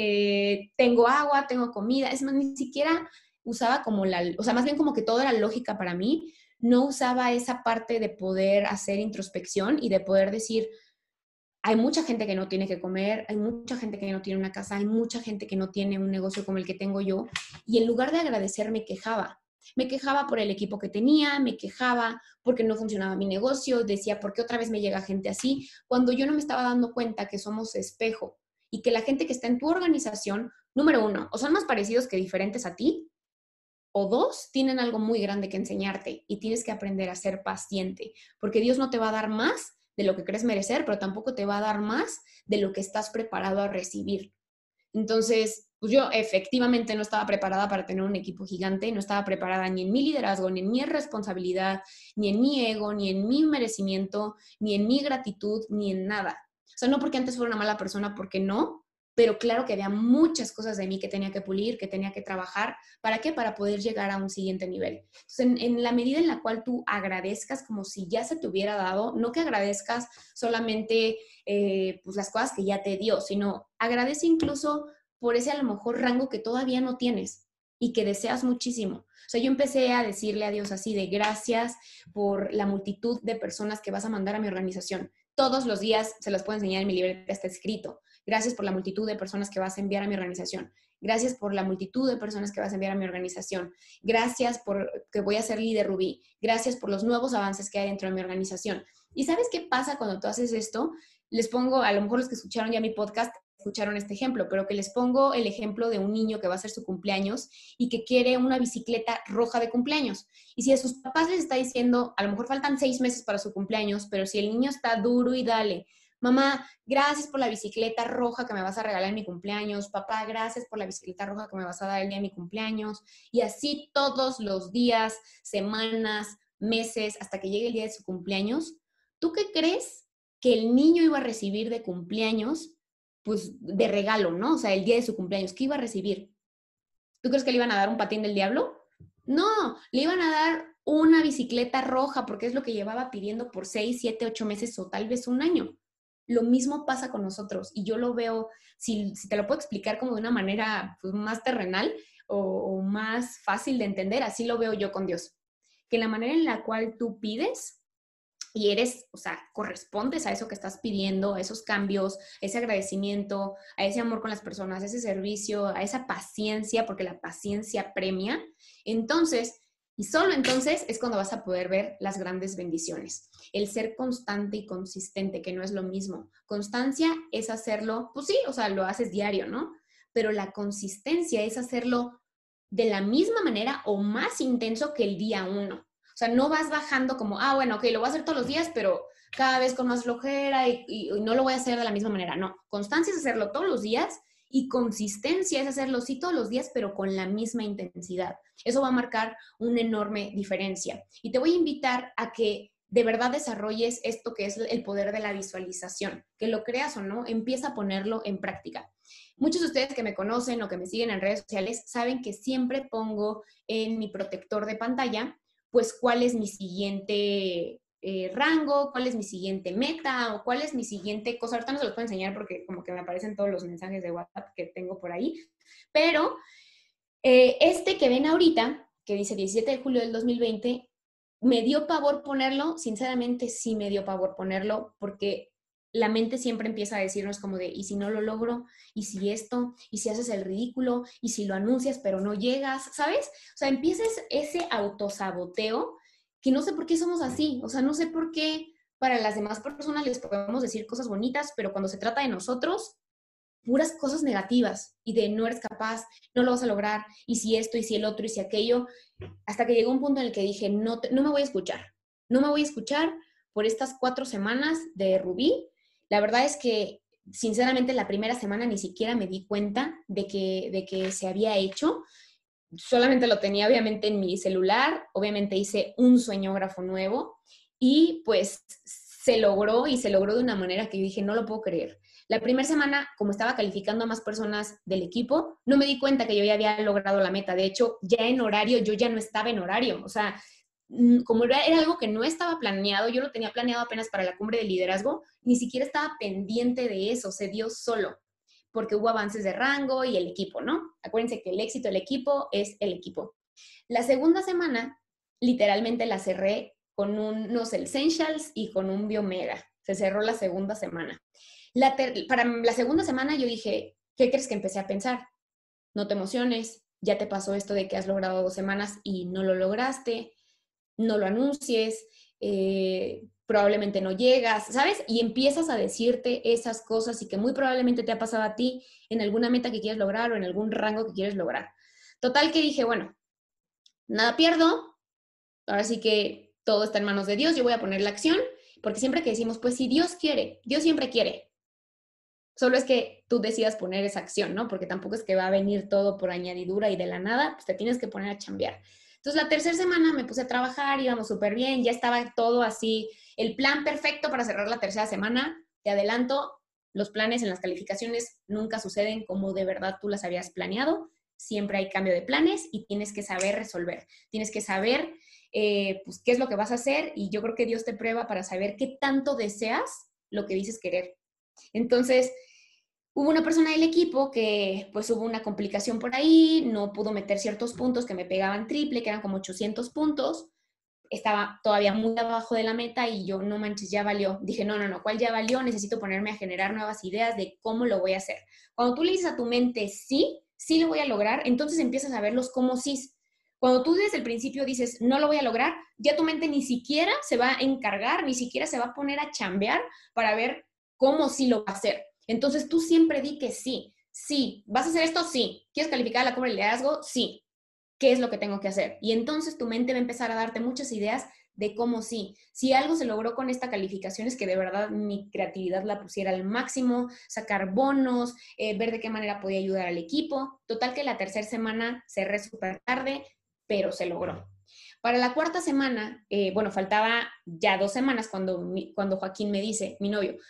Tengo agua, tengo comida, es más, ni siquiera usaba o sea, más bien como que todo era lógica para mí, no usaba esa parte de poder hacer introspección y de poder decir, hay mucha gente que no tiene que comer, hay mucha gente que no tiene una casa, hay mucha gente que no tiene un negocio como el que tengo yo. Y en lugar de agradecer, me quejaba. Me quejaba por el equipo que tenía, me quejaba porque no funcionaba mi negocio, decía, ¿por qué otra vez me llega gente así? Cuando yo no me estaba dando cuenta que somos espejo y que la gente que está en tu organización, número uno, o son más parecidos que diferentes a ti, o dos, tienen algo muy grande que enseñarte y tienes que aprender a ser paciente, porque Dios no te va a dar más de lo que crees merecer, pero tampoco te va a dar más de lo que estás preparado a recibir. Entonces, pues yo efectivamente no estaba preparada para tener un equipo gigante, no estaba preparada ni en mi liderazgo, ni en mi responsabilidad, ni en mi ego, ni en mi merecimiento, ni en mi gratitud, ni en nada. O sea, no porque antes fuera una mala persona, porque no, pero claro que había muchas cosas de mí que tenía que pulir, que tenía que trabajar. ¿Para qué? Para poder llegar a un siguiente nivel. Entonces, en la medida en la cual tú agradezcas como si ya se te hubiera dado, no que agradezcas solamente pues las cosas que ya te dio, sino agradece incluso por ese a lo mejor rango que todavía no tienes y que deseas muchísimo. O sea, yo empecé a decirle a Dios así de gracias por la multitud de personas que vas a mandar a mi organización. Todos los días se los puedo enseñar en mi libreta, está escrito. Gracias por la multitud de personas que vas a enviar a mi organización. Gracias por la multitud de personas que vas a enviar a mi organización. Gracias por que voy a ser líder Rubí. Gracias por los nuevos avances que hay dentro de mi organización. ¿Y sabes qué pasa cuando tú haces esto? Les pongo, a lo mejor los que escucharon ya mi podcast, escucharon este ejemplo, pero que les pongo el ejemplo de un niño que va a hacer su cumpleaños y que quiere una bicicleta roja de cumpleaños. Y si a sus papás les está diciendo, a lo mejor faltan 6 meses para su cumpleaños, pero si el niño está duro y dale, mamá, gracias por la bicicleta roja que me vas a regalar en mi cumpleaños. Papá, gracias por la bicicleta roja que me vas a dar el día de mi cumpleaños. Y así todos los días, semanas, meses, hasta que llegue el día de su cumpleaños. ¿Tú qué crees que el niño iba a recibir de cumpleaños pues, de regalo, ¿no? O sea, el día de su cumpleaños, ¿qué iba a recibir? ¿Tú crees que le iban a dar un patín del diablo? No, le iban a dar una bicicleta roja porque es lo que llevaba pidiendo por 6, 7, 8 meses o tal vez un año. Lo mismo pasa con nosotros y yo lo veo, si te lo puedo explicar como de una manera pues, más terrenal o más fácil de entender, así lo veo yo con Dios. Que la manera en la cual tú pides y eres, o sea, correspondes a eso que estás pidiendo, a esos cambios, a ese agradecimiento, a ese amor con las personas, a ese servicio, a esa paciencia, porque la paciencia premia, entonces, y solo entonces es cuando vas a poder ver las grandes bendiciones. El ser constante y consistente, que no es lo mismo. Constancia es hacerlo, pues sí, o sea, lo haces diario, ¿no? Pero la consistencia es hacerlo de la misma manera o más intenso que el día uno. O sea, no vas bajando como, bueno, ok, lo voy a hacer todos los días, pero cada vez con más flojera y no lo voy a hacer de la misma manera. No, constancia es hacerlo todos los días y consistencia es hacerlo sí todos los días, pero con la misma intensidad. Eso va a marcar una enorme diferencia. Y te voy a invitar a que de verdad desarrolles esto que es el poder de la visualización, que lo creas o no, empieza a ponerlo en práctica. Muchos de ustedes que me conocen o que me siguen en redes sociales saben que siempre pongo en mi protector de pantalla pues cuál es mi siguiente rango, cuál es mi siguiente meta o cuál es mi siguiente cosa. Ahorita no se los puedo enseñar porque como que me aparecen todos los mensajes de WhatsApp que tengo por ahí, pero este que ven ahorita, que dice 17 de julio del 2020, me dio pavor ponerlo, sinceramente sí me dio pavor ponerlo porque la mente siempre empieza a decirnos como de, ¿y si no lo logro? ¿Y si esto? ¿Y si haces el ridículo? ¿Y si lo anuncias pero no llegas? ¿Sabes? O sea, empiezas ese autosaboteo que no sé por qué somos así. O sea, no sé por qué para las demás personas les podemos decir cosas bonitas, pero cuando se trata de nosotros, puras cosas negativas y de no eres capaz, no lo vas a lograr, y si esto, y si el otro, y si aquello, hasta que llegó un punto en el que dije, no me voy a escuchar, no me voy a escuchar por estas 4 semanas de Rubí. La verdad es que, sinceramente, la primera semana ni siquiera me di cuenta de que se había hecho. Solamente lo tenía obviamente en mi celular, obviamente hice un sueñógrafo nuevo y pues se logró y se logró de una manera que yo dije, no lo puedo creer. La primera semana, como estaba calificando a más personas del equipo, no me di cuenta que yo ya había logrado la meta. De hecho, ya en horario, yo ya no estaba en horario. O sea, como era algo que no estaba planeado, yo lo tenía planeado apenas para la cumbre de liderazgo, ni siquiera estaba pendiente de eso, se dio solo porque hubo avances de rango y el equipo, ¿no? Acuérdense que el éxito del equipo es el equipo. La segunda semana, literalmente la cerré con unos Essentials y con un Biomega. Se cerró la segunda semana. Para la segunda semana yo dije, ¿qué crees que empecé a pensar? No te emociones, ya te pasó esto de que has logrado 2 semanas y no lo lograste, no lo anuncies, probablemente no llegas, ¿sabes? Y empiezas a decirte esas cosas y que muy probablemente te ha pasado a ti en alguna meta que quieres lograr o en algún rango que quieres lograr. Total que dije, bueno, nada pierdo, ahora sí que todo está en manos de Dios, yo voy a poner la acción, porque siempre que decimos, pues si Dios quiere, Dios siempre quiere. Solo es que tú decidas poner esa acción, ¿no? Porque tampoco es que va a venir todo por añadidura y de la nada, pues te tienes que poner a chambear. Entonces, la tercera semana me puse a trabajar, íbamos súper bien, ya estaba todo así, el plan perfecto para cerrar la tercera semana. Te adelanto, los planes en las calificaciones nunca suceden como de verdad tú las habías planeado. Siempre hay cambio de planes y tienes que saber resolver. Tienes que saber pues, qué es lo que vas a hacer y yo creo que Dios te prueba para saber qué tanto deseas lo que dices querer. Entonces, hubo una persona del equipo que pues hubo una complicación por ahí, no pudo meter ciertos puntos que me pegaban triple, que eran como 800 puntos, estaba todavía muy abajo de la meta y yo, no manches, ya valió. Dije, no, ¿cuál ya valió? Necesito ponerme a generar nuevas ideas de cómo lo voy a hacer. Cuando tú le dices a tu mente, sí lo voy a lograr, entonces empiezas a ver los cómo sí. Cuando tú desde el principio dices, no lo voy a lograr, ya tu mente ni siquiera se va a encargar, ni siquiera se va a poner a chambear para ver cómo sí lo va a hacer. Entonces tú siempre di que sí. ¿Vas a hacer esto? Sí. ¿Quieres calificar a la cumbre de liderazgo? Sí. ¿Qué es lo que tengo que hacer? Y entonces tu mente va a empezar a darte muchas ideas de cómo sí. Si algo se logró con esta calificación es que de verdad mi creatividad la pusiera al máximo, sacar bonos, ver de qué manera podía ayudar al equipo. Total que la tercera semana cerré súper tarde, pero se logró. Para la cuarta semana, bueno, faltaba ya 2 semanas cuando Joaquín me dice, mi novio,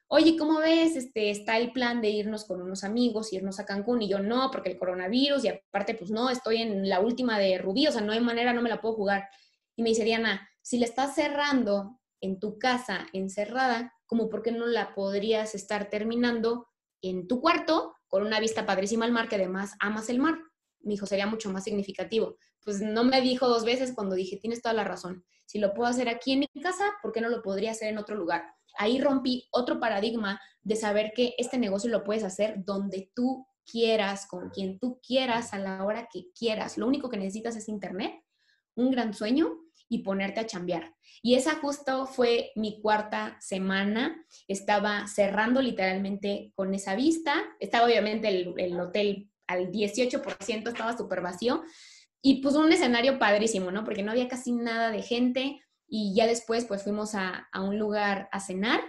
oye, ¿cómo ves? Está el plan de irnos con unos amigos, irnos a Cancún. Y yo, no, porque el coronavirus, y aparte, pues no, estoy en la última de Rubí, o sea, no hay manera, no me la puedo jugar. Y me dice, Diana, si la estás cerrando en tu casa, encerrada, ¿cómo por qué no la podrías estar terminando en tu cuarto, con una vista padrísima al mar, que además amas el mar? Me dijo, sería mucho más significativo. Pues no me dijo dos veces cuando dije, tienes toda la razón. Si lo puedo hacer aquí en mi casa, ¿por qué no lo podría hacer en otro lugar? Ahí rompí otro paradigma de saber que este negocio lo puedes hacer donde tú quieras, con quien tú quieras, a la hora que quieras. Lo único que necesitas es internet, un gran sueño y ponerte a chambear. Y esa justo fue mi cuarta semana. Estaba cerrando literalmente con esa vista. Estaba obviamente el hotel al 18%, estaba súper vacío. Y pues un escenario padrísimo, ¿no? Porque no había casi nada de gente. Y ya después pues fuimos a un lugar a cenar.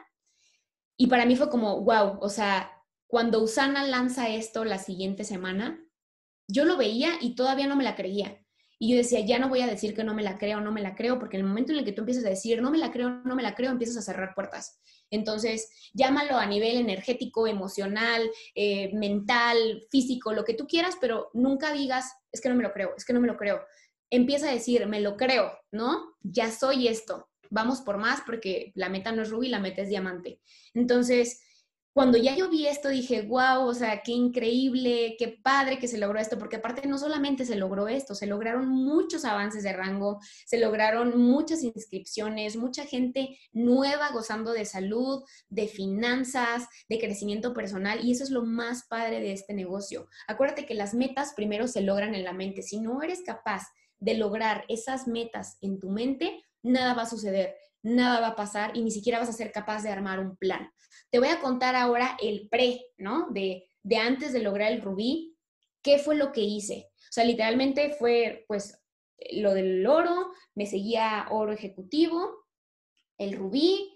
Y para mí fue como, wow, o sea, cuando Usana lanza esto la siguiente semana, yo lo veía y todavía no me la creía. Y yo decía, ya no voy a decir que no me la creo, no me la creo, porque en el momento en el que tú empiezas a decir, no me la creo, no me la creo, empiezas a cerrar puertas. Entonces, llámalo a nivel energético, emocional, mental, físico, lo que tú quieras, pero nunca digas, es que no me lo creo, es que no me lo creo. Empieza a decir, me lo creo, ¿no? Ya soy esto, vamos por más, porque la meta no es rubí, la meta es diamante. Entonces, cuando ya yo vi esto, dije, wow, o sea, qué increíble, qué padre que se logró esto, porque aparte no solamente se logró esto, se lograron muchos avances de rango, se lograron muchas inscripciones, mucha gente nueva gozando de salud, de finanzas, de crecimiento personal, y eso es lo más padre de este negocio. Acuérdate que las metas primero se logran en la mente. Si no eres capaz de lograr esas metas en tu mente, nada va a suceder, nada va a pasar y ni siquiera vas a ser capaz de armar un plan. Te voy a contar ahora el pre, ¿no? De antes de lograr el rubí, ¿qué fue lo que hice? O sea, literalmente fue, pues, lo del oro, me seguía oro ejecutivo, el rubí,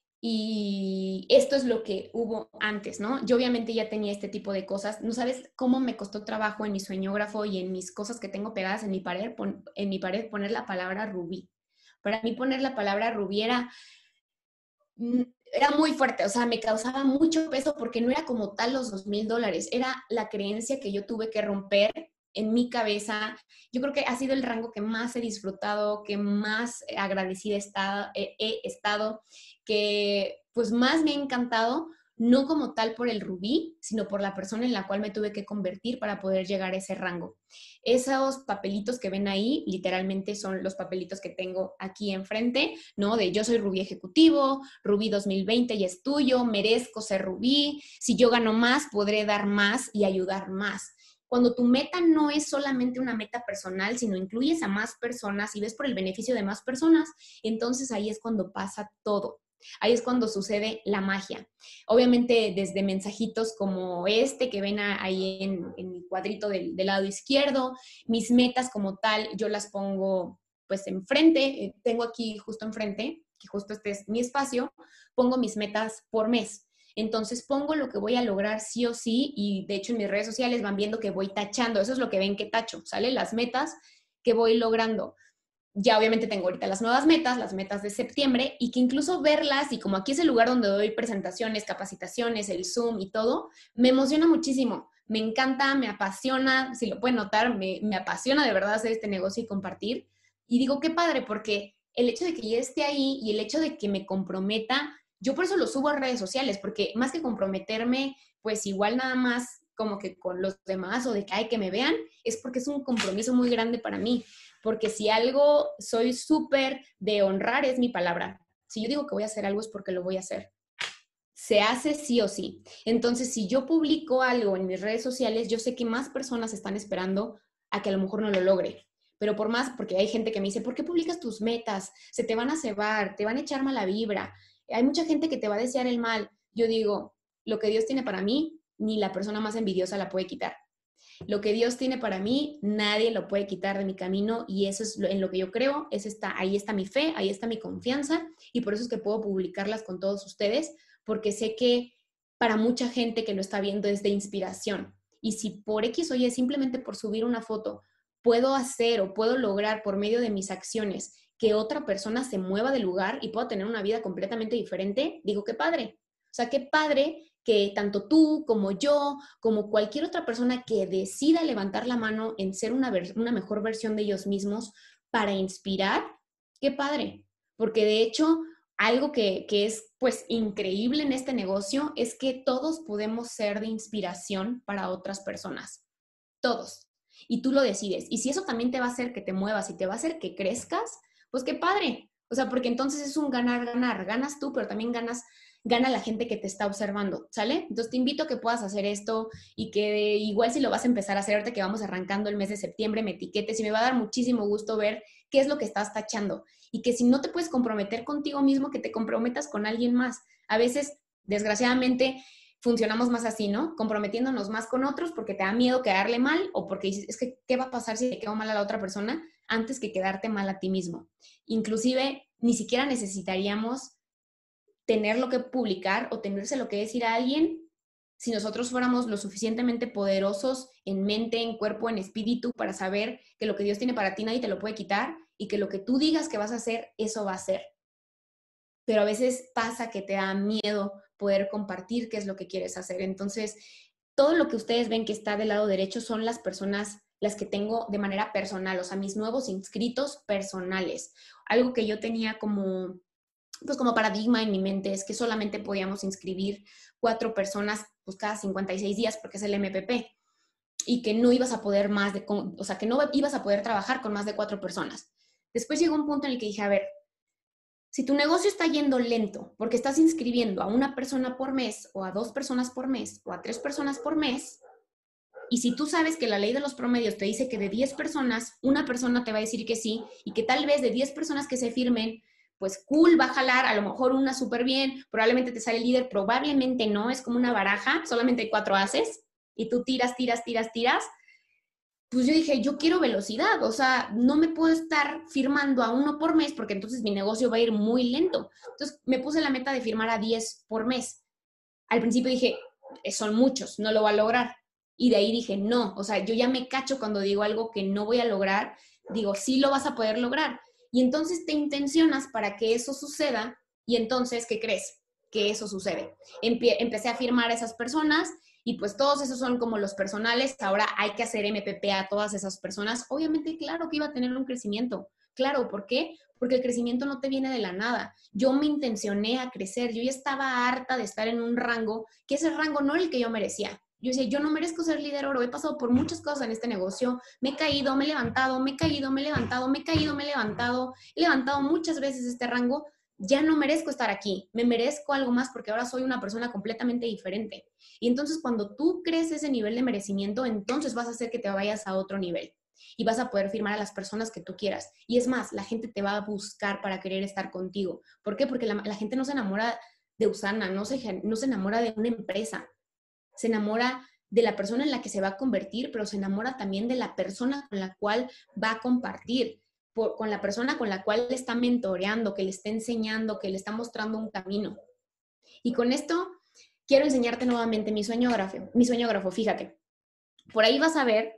y esto es lo que hubo antes, ¿no? Yo obviamente ya tenía este tipo de cosas. No sabes cómo me costó trabajo en mi sueñógrafo y en mis cosas que tengo pegadas en mi pared poner la palabra rubí. Para mí poner la palabra rubí era muy fuerte, o sea, me causaba mucho peso porque no era como tal los $2,000, era la creencia que yo tuve que romper en mi cabeza. Yo creo que ha sido el rango que más he disfrutado, que más agradecida he estado, que pues más me ha encantado, no como tal por el rubí, sino por la persona en la cual me tuve que convertir para poder llegar a ese rango. Esos papelitos que ven ahí, literalmente son los papelitos que tengo aquí enfrente, ¿no? De yo soy rubí ejecutivo, rubí 2020 y es tuyo, merezco ser rubí, si yo gano más, podré dar más y ayudar más. Cuando tu meta no es solamente una meta personal, sino incluyes a más personas y ves por el beneficio de más personas, entonces ahí es cuando pasa todo. Ahí es cuando sucede la magia. Obviamente desde mensajitos como este que ven ahí en mi cuadrito del lado izquierdo, mis metas como tal, yo las pongo pues enfrente, tengo aquí justo enfrente, que justo este es mi espacio, pongo mis metas por mes. Entonces pongo lo que voy a lograr sí o sí y de hecho en mis redes sociales van viendo que voy tachando, eso es lo que ven que tacho, ¿sale? Las metas que voy logrando. Ya obviamente tengo ahorita las nuevas metas, las metas de septiembre, y que incluso verlas, y como aquí es el lugar donde doy presentaciones, capacitaciones, el Zoom y todo, me emociona muchísimo. Me encanta, me apasiona, si lo pueden notar, me apasiona de verdad hacer este negocio y compartir. Y digo, qué padre, porque el hecho de que ya esté ahí y el hecho de que me comprometa, yo por eso lo subo a redes sociales, porque más que comprometerme, pues igual nada más como que con los demás o de que hay que me vean, es porque es un compromiso muy grande para mí porque si algo soy súper de honrar es mi palabra. Si yo digo que voy a hacer algo es porque lo voy a hacer. Se hace sí o sí. Entonces, si yo publico algo en mis redes sociales, yo sé que más personas están esperando a que a lo mejor no lo logre. Pero por más, porque hay gente que me dice, ¿por qué publicas tus metas? Se te van a cebar, te van a echar mala vibra. Hay mucha gente que te va a desear el mal. Yo digo, lo que Dios tiene para mí, ni la persona más envidiosa la puede quitar. Lo que Dios tiene para mí, nadie lo puede quitar de mi camino y eso es en lo que yo creo, ahí está mi fe, ahí está mi confianza y por eso es que puedo publicarlas con todos ustedes, porque sé que para mucha gente que lo está viendo es de inspiración. Y si por X o Y, simplemente por subir una foto, puedo hacer o puedo lograr por medio de mis acciones que otra persona se mueva del lugar y pueda tener una vida completamente diferente, digo, qué padre. sea, qué padre que tanto tú como yo, como cualquier otra persona que decida levantar la mano en ser una mejor versión de ellos mismos para inspirar, qué padre. Porque de hecho, algo que es pues increíble en este negocio es que todos podemos ser de inspiración para otras personas. Todos. Y tú lo decides. Y si eso también te va a hacer que te muevas y te va a hacer que crezcas, pues qué padre. O sea, porque entonces es un ganar-ganar. Ganas tú, pero también gana la gente que te está observando, ¿sale? Entonces te invito a que puedas hacer esto y que igual si lo vas a empezar a hacer ahorita que vamos arrancando el mes de septiembre, me etiquetes y me va a dar muchísimo gusto ver qué es lo que estás tachando. Y que si no te puedes comprometer contigo mismo, que te comprometas con alguien más. A veces, desgraciadamente, funcionamos más así, ¿no? Comprometiéndonos más con otros porque te da miedo quedarle mal o porque dices, es que, ¿qué va a pasar si le quedo mal a la otra persona? Antes que quedarte mal a ti mismo. Inclusive, ni siquiera necesitaríamos tener lo que publicar o tenerse lo que decir a alguien si nosotros fuéramos lo suficientemente poderosos en mente, en cuerpo, en espíritu, para saber que lo que Dios tiene para ti nadie te lo puede quitar y que lo que tú digas que vas a hacer, eso va a ser. Pero a veces pasa que te da miedo poder compartir qué es lo que quieres hacer. Entonces, todo lo que ustedes ven que está del lado derecho son las personas, las que tengo de manera personal, o sea, mis nuevos inscritos personales. Algo que yo tenía como, pues como paradigma en mi mente es que solamente podíamos inscribir 4 personas pues cada 56 días porque es el MPP y que no ibas a poder más de, o sea, que no ibas a poder trabajar con más de 4 personas. Después llegó un punto en el que dije, a ver, si tu negocio está yendo lento porque estás inscribiendo a una persona por mes o a 2 personas por mes o a 3 personas por mes, y si tú sabes que la ley de los promedios te dice que de 10 personas, una persona te va a decir que sí y que tal vez de 10 personas que se firmen, pues cool, va a jalar, a lo mejor una súper bien, probablemente te sale el líder, probablemente no, es como una baraja, solamente hay 4 haces y tú tiras, tiras, tiras, tiras. Pues yo dije, yo quiero velocidad, o sea, no me puedo estar firmando a 1 por mes porque entonces mi negocio va a ir muy lento. Entonces me puse la meta de firmar a 10 por mes. Al principio dije, son muchos, no lo voy a lograr. Y de ahí dije, no, o sea, yo ya me cacho cuando digo algo que no voy a lograr, digo, sí lo vas a poder lograr. Y entonces te intencionas para que eso suceda y entonces, ¿qué crees? Que eso sucede. Empecé a firmar a esas personas y pues todos esos son como los personales. Ahora hay que hacer MPP a todas esas personas. Obviamente, claro que iba a tener un crecimiento. Claro, ¿por qué? Porque el crecimiento no te viene de la nada. Yo me intencioné a crecer, yo ya estaba harta de estar en un rango, que ese rango no era el que yo merecía. Yo decía, yo no merezco ser líder oro, he pasado por muchas cosas en este negocio, me he caído, me he levantado, me he caído, me he levantado, me he caído, me he levantado muchas veces este rango, ya no merezco estar aquí, me merezco algo más porque ahora soy una persona completamente diferente. Y entonces cuando tú crees ese nivel de merecimiento, entonces vas a hacer que te vayas a otro nivel y vas a poder firmar a las personas que tú quieras. Y es más, la gente te va a buscar para querer estar contigo. ¿Por qué? Porque la gente no se enamora de Usana, no se enamora de una empresa, se enamora de la persona en la que se va a convertir, pero se enamora también de la persona con la cual va a compartir, con la persona con la cual le está mentoreando, que le está enseñando, que le está mostrando un camino. Y con esto quiero enseñarte nuevamente mi sueñógrafo, fíjate. Por ahí vas a ver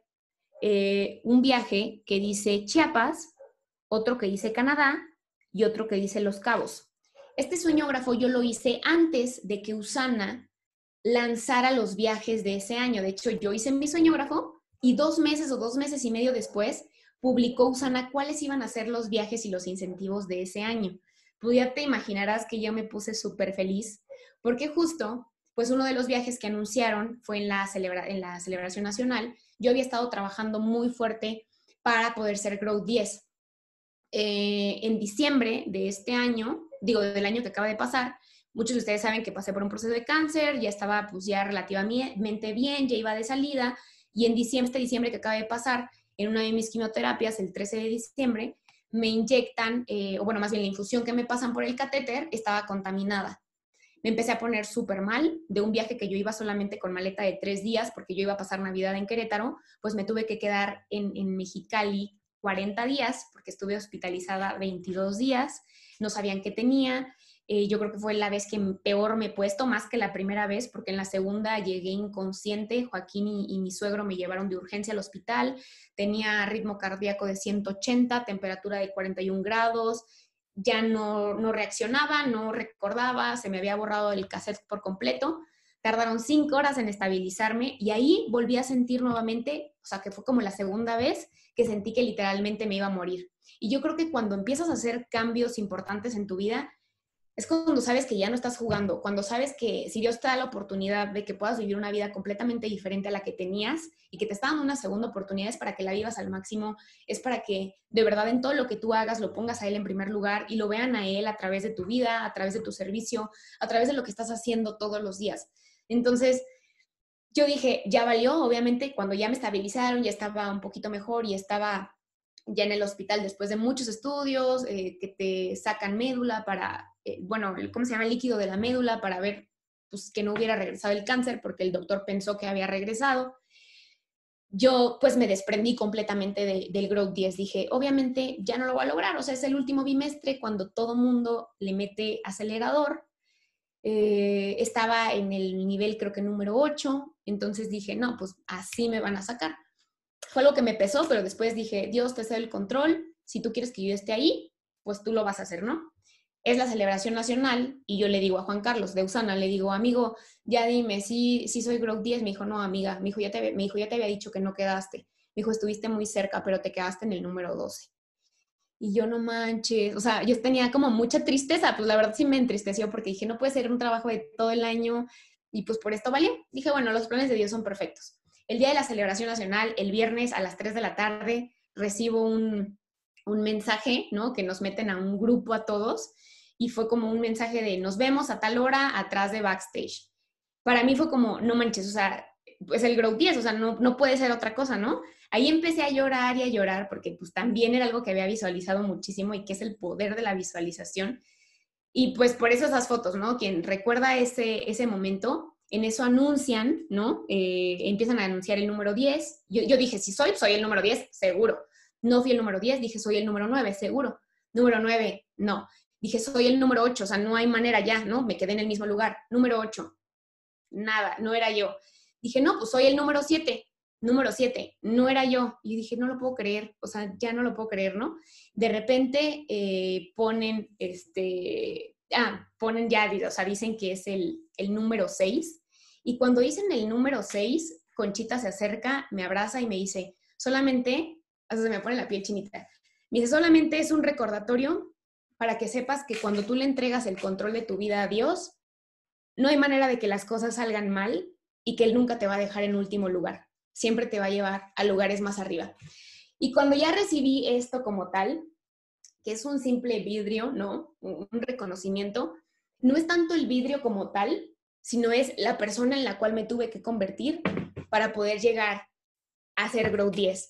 un viaje que dice Chiapas, otro que dice Canadá y otro que dice Los Cabos. Este sueñógrafo yo lo hice antes de que Usana lanzara los viajes de ese año. De hecho, yo hice mi sueñógrafo y 2 meses o 2 meses y medio después publicó Usana cuáles iban a ser los viajes y los incentivos de ese año. Pues ya te imaginarás que yo me puse súper feliz porque justo, pues uno de los viajes que anunciaron fue en la celebración nacional. Yo había estado trabajando muy fuerte para poder ser Growth 10. En diciembre de este año, digo, del año que acaba de pasar, muchos de ustedes saben que pasé por un proceso de cáncer, ya estaba pues ya relativamente bien, ya iba de salida, y en diciembre, este diciembre que acaba de pasar, en una de mis quimioterapias, el 13 de diciembre, me inyectan, o bueno, más bien la infusión que me pasan por el catéter estaba contaminada. Me empecé a poner súper mal de un viaje que yo iba solamente con maleta de 3 días porque yo iba a pasar Navidad en Querétaro, pues me tuve que quedar en Mexicali 40 días porque estuve hospitalizada 22 días, no sabían qué tenía. Yo creo que fue la vez que peor me he puesto, más que la primera vez, porque en la segunda llegué inconsciente. Joaquín y mi suegro me llevaron de urgencia al hospital. Tenía ritmo cardíaco de 180, temperatura de 41 grados, ya no reaccionaba, no recordaba, se me había borrado el cassette por completo. Tardaron 5 horas en estabilizarme y ahí volví a sentir nuevamente, o sea, que fue como la segunda vez que sentí que literalmente me iba a morir. Y yo creo que cuando empiezas a hacer cambios importantes en tu vida, es cuando sabes que ya no estás jugando, cuando sabes que si Dios te da la oportunidad de que puedas vivir una vida completamente diferente a la que tenías y que te está dando una segunda oportunidad, es para que la vivas al máximo, es para que de verdad en todo lo que tú hagas lo pongas a Él en primer lugar y lo vean a Él a través de tu vida, a través de tu servicio, a través de lo que estás haciendo todos los días. Entonces, yo dije, ya valió, obviamente, cuando ya me estabilizaron, ya estaba un poquito mejor y estaba ya en el hospital después de muchos estudios, que te sacan médula para, bueno, ¿cómo se llama? El líquido de la médula para ver pues, que no hubiera regresado el cáncer porque el doctor pensó que había regresado. Yo pues me desprendí completamente del Growth 10. Dije, obviamente ya no lo voy a lograr, o sea, es el último bimestre cuando todo mundo le mete acelerador. Estaba en el nivel creo que número 8, entonces dije, no, pues así me van a sacar. Fue algo que me pesó, pero después dije, Dios te cede el control, si tú quieres que yo esté ahí, pues tú lo vas a hacer, ¿no? Es la celebración nacional y yo le digo a Juan Carlos de Usana, le digo, amigo, ya dime, si soy Growth 10, me dijo, no, amiga, me dijo, ya te había dicho que no quedaste, me dijo, estuviste muy cerca, pero te quedaste en el número 12. Y yo no manches, o sea, yo tenía como mucha tristeza, pues la verdad sí me entristeció porque dije, no puede ser un trabajo de todo el año y pues por esto valió. Dije, bueno, los planes de Dios son perfectos. El día de la celebración nacional, el viernes a las 3 de la tarde, recibo un mensaje, ¿no? Que nos meten a un grupo a todos y fue como un mensaje de nos vemos a tal hora atrás de backstage. Para mí fue como, no manches, o sea, pues el Growth 10, o sea, no puede ser otra cosa, ¿no? Ahí empecé a llorar y a llorar porque pues también era algo que había visualizado muchísimo y que es el poder de la visualización. Y pues por eso esas fotos, ¿no? Quien recuerda ese momento, en eso anuncian, ¿no? Empiezan a anunciar el número 10. Yo dije, si soy el número 10, seguro. No fui el número 10, dije, soy el número 9, seguro. Número 9, no. Dije, soy el número 8, o sea, no hay manera ya, ¿no? Me quedé en el mismo lugar. Número 8, nada, no era yo. Dije, no, pues soy el número 7, no era yo. Y dije, no lo puedo creer, o sea, ya no lo puedo creer, ¿no? De repente ponen ya, o sea, dicen que es el número 6. Y cuando dicen el número 6, Conchita se acerca, me abraza y me dice, solamente, o sea, se me pone la piel chinita, me dice, solamente es un recordatorio para que sepas que cuando tú le entregas el control de tu vida a Dios, no hay manera de que las cosas salgan mal y que Él nunca te va a dejar en último lugar. Siempre te va a llevar a lugares más arriba. Y cuando ya recibí esto como tal, que es un simple vidrio, ¿no? Un reconocimiento, no es tanto el vidrio como tal, sino es la persona en la cual me tuve que convertir para poder llegar a ser Growth 10.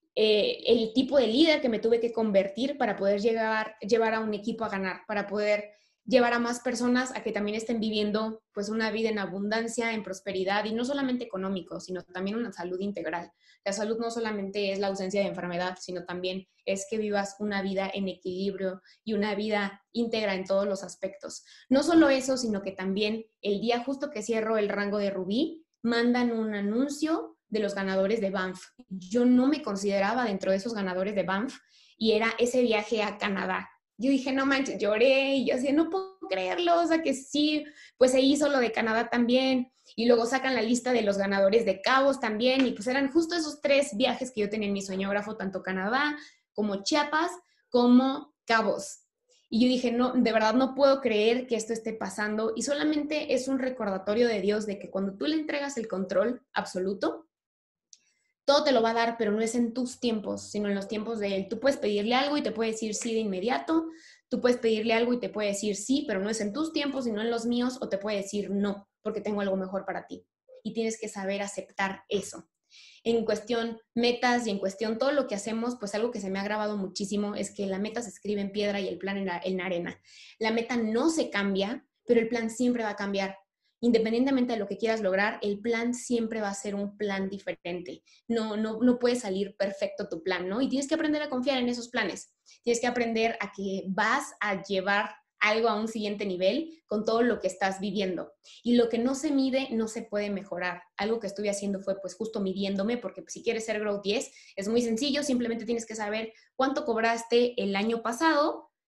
El tipo de líder que me tuve que convertir para poder llevar a un equipo a ganar, para poder llevar a más personas a que también estén viviendo pues una vida en abundancia, en prosperidad y no solamente económico, sino también una salud integral. La salud no solamente es la ausencia de enfermedad, sino también es que vivas una vida en equilibrio y una vida íntegra en todos los aspectos. No solo eso, sino que también el día justo que cierro el rango de Rubí, mandan un anuncio de los ganadores de Banff. Yo no me consideraba dentro de esos ganadores de Banff y era ese viaje a Canadá. Yo dije, no manches, lloré y yo así, no puedo creerlo, o sea que sí, pues se hizo lo de Canadá también y luego sacan la lista de los ganadores de Cabos también y pues eran justo esos 3 viajes que yo tenía en mi soñógrafo, tanto Canadá como Chiapas como Cabos. Y yo dije, no, de verdad no puedo creer que esto esté pasando y solamente es un recordatorio de Dios de que cuando tú le entregas el control absoluto, todo te lo va a dar, pero no es en tus tiempos, sino en los tiempos de Él. Tú puedes pedirle algo y te puede decir sí de inmediato, tú puedes pedirle algo y te puede decir sí, pero no es en tus tiempos, sino en los míos, o te puede decir no, porque tengo algo mejor para ti. Y tienes que saber aceptar eso. En cuestión metas y en cuestión todo lo que hacemos, pues algo que se me ha grabado muchísimo es que la meta se escribe en piedra y el plan en arena. La meta no se cambia, pero el plan siempre va a cambiar. Independientemente de lo que quieras lograr, el plan siempre va a ser un plan diferente. No puede salir perfecto tu plan, ¿no? Y tienes que aprender a confiar en esos planes. Tienes que aprender a que vas a llevar algo a un siguiente nivel con todo lo que estás viviendo. Y lo que no se mide no se puede mejorar. Algo que estuve haciendo fue pues justo midiéndome, porque si quieres ser Growth 10 es muy sencillo, simplemente tienes que saber cuánto cobraste el año pasado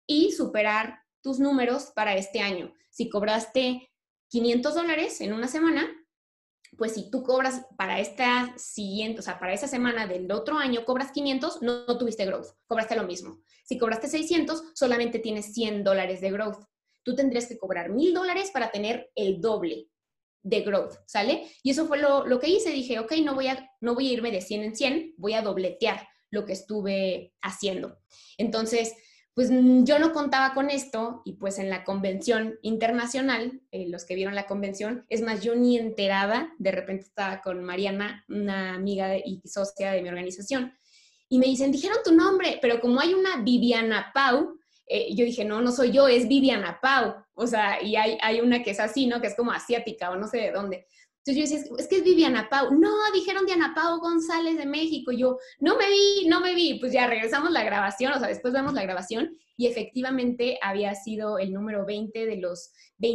y superar tus números para este año. Si cobraste $500 en una semana, pues si tú cobras para esta siguiente, o sea, para esa semana del otro año, cobras 500, no tuviste growth, cobraste lo mismo. Si cobraste 600, solamente tienes $100 de growth. Tú tendrías que cobrar $1000 para tener el doble de growth, ¿sale? Y eso fue lo que hice. Dije, ok, no voy a irme de 100 en 100, voy a dobletear lo que estuve haciendo. Entonces, pues yo no contaba con esto y pues en la convención internacional, los que vieron la convención, es más, yo ni enterada, de repente estaba con Mariana, una amiga y socia de mi organización, y me dicen, dijeron tu nombre, pero como hay una Viviana Pau, yo dije, no soy yo, es Viviana Pau. O sea, y hay una que es así, ¿no? Que es como asiática o no sé de dónde. Entonces yo decía, es que es Viviana Pau. No, dijeron Diana Pau González de México. Yo, no me vi. Pues ya regresamos la grabación, o sea, después vemos la grabación y efectivamente había sido el número 20 de los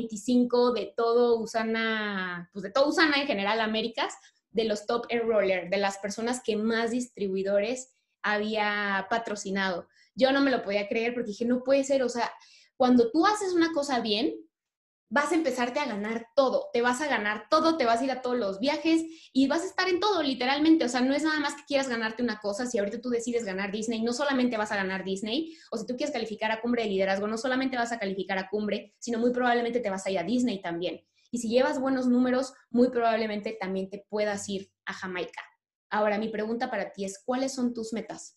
25 de todo Usana, pues de todo Usana en general, Américas, de los top enroller, de las personas que más distribuidores había patrocinado. Yo no me lo podía creer porque dije, no puede ser, o sea, cuando tú haces una cosa bien, vas a empezarte a ganar todo, te vas a ganar todo, te vas a ir a todos los viajes y vas a estar en todo, literalmente. O sea, no es nada más que quieras ganarte una cosa. Si ahorita tú decides ganar Disney, no solamente vas a ganar Disney, o si tú quieres calificar a Cumbre de Liderazgo, no solamente vas a calificar a Cumbre, sino muy probablemente te vas a ir a Disney también. Y si llevas buenos números, muy probablemente también te puedas ir a Jamaica. Ahora, mi pregunta para ti es, ¿cuáles son tus metas?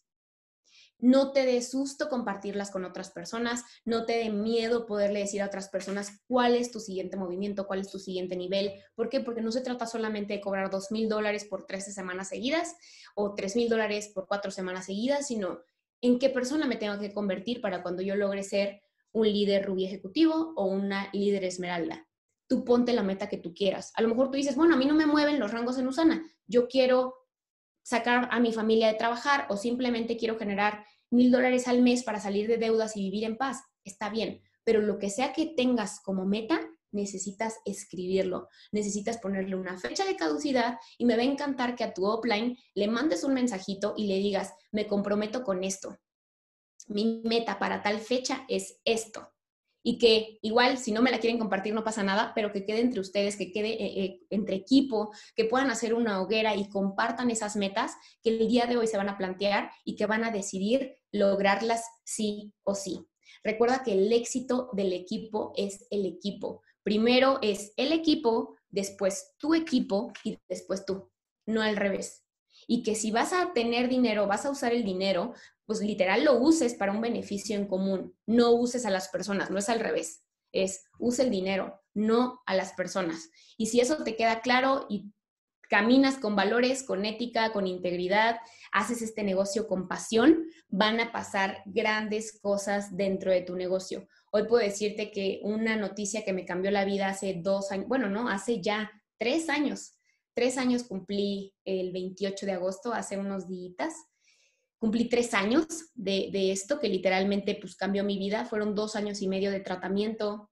No te dé susto compartirlas con otras personas, no te dé miedo poderle decir a otras personas cuál es tu siguiente movimiento, cuál es tu siguiente nivel. ¿Por qué? Porque no se trata solamente de cobrar $2000 por 13 semanas seguidas o $3000 por 4 semanas seguidas, sino en qué persona me tengo que convertir para cuando yo logre ser un líder rubí ejecutivo o una líder esmeralda. Tú ponte la meta que tú quieras. A lo mejor tú dices, bueno, a mí no me mueven los rangos en Usana, yo quiero sacar a mi familia de trabajar o simplemente quiero generar $1000 al mes para salir de deudas y vivir en paz. Está bien, pero lo que sea que tengas como meta, necesitas escribirlo, necesitas ponerle una fecha de caducidad y me va a encantar que a tu upline le mandes un mensajito y le digas, me comprometo con esto. Mi meta para tal fecha es esto. Y que igual, si no me la quieren compartir, no pasa nada, pero que quede entre ustedes, que quede entre equipo, que puedan hacer una hoguera y compartan esas metas que el día de hoy se van a plantear y que van a decidir lograrlas sí o sí. Recuerda que el éxito del equipo es el equipo. Primero es el equipo, después tu equipo y después tú, no al revés. Y que si vas a tener dinero, vas a usar el dinero, pues literal lo uses para un beneficio en común, no uses a las personas, no es al revés, es usa el dinero, no a las personas. Y si eso te queda claro y caminas con valores, con ética, con integridad, haces este negocio con pasión, van a pasar grandes cosas dentro de tu negocio. Hoy puedo decirte que una noticia que me cambió la vida hace 2 años, bueno, no, hace ya 3 años. 3 años cumplí el 28 de agosto, hace unos días. Cumplí 3 años de esto que literalmente pues cambió mi vida. Fueron 2 años y medio de tratamiento,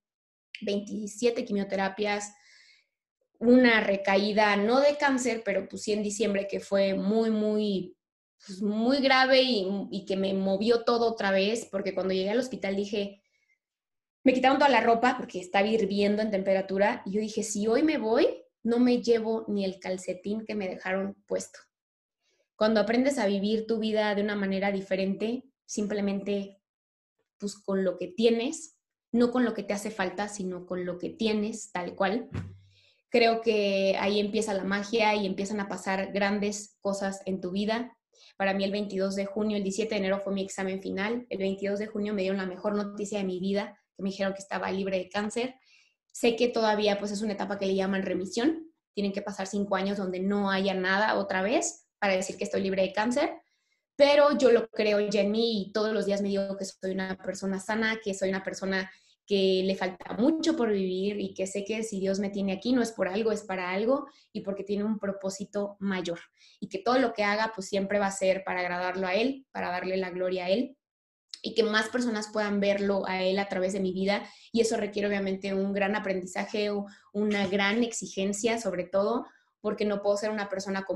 27 quimioterapias, una recaída, no de cáncer, pero pues sí en diciembre, que fue pues muy grave y que me movió todo otra vez, porque cuando llegué al hospital dije, me quitaron toda la ropa porque estaba hirviendo en temperatura y yo dije, si hoy me voy, no me llevo ni el calcetín que me dejaron puesto. Cuando aprendes a vivir tu vida de una manera diferente, simplemente pues con lo que tienes, no con lo que te hace falta, sino con lo que tienes tal cual, creo que ahí empieza la magia y empiezan a pasar grandes cosas en tu vida. Para mí el 22 de junio, el 17 de enero fue mi examen final. El 22 de junio me dieron la mejor noticia de mi vida, que me dijeron que estaba libre de cáncer. Sé que todavía pues es una etapa que le llaman remisión. Tienen que pasar 5 años donde no haya nada otra vez para decir que estoy libre de cáncer. Pero yo lo creo ya en mí y todos los días me digo que soy una persona sana, que soy una persona que le falta mucho por vivir y que sé que si Dios me tiene aquí no es por algo, es para algo y porque tiene un propósito mayor. Y que todo lo que haga pues siempre va a ser para agradarlo a Él, para darle la gloria a Él y que más personas puedan verlo a Él a través de mi vida. Y eso requiere obviamente un gran aprendizaje, una gran exigencia sobre todo, porque no puedo ser una persona común.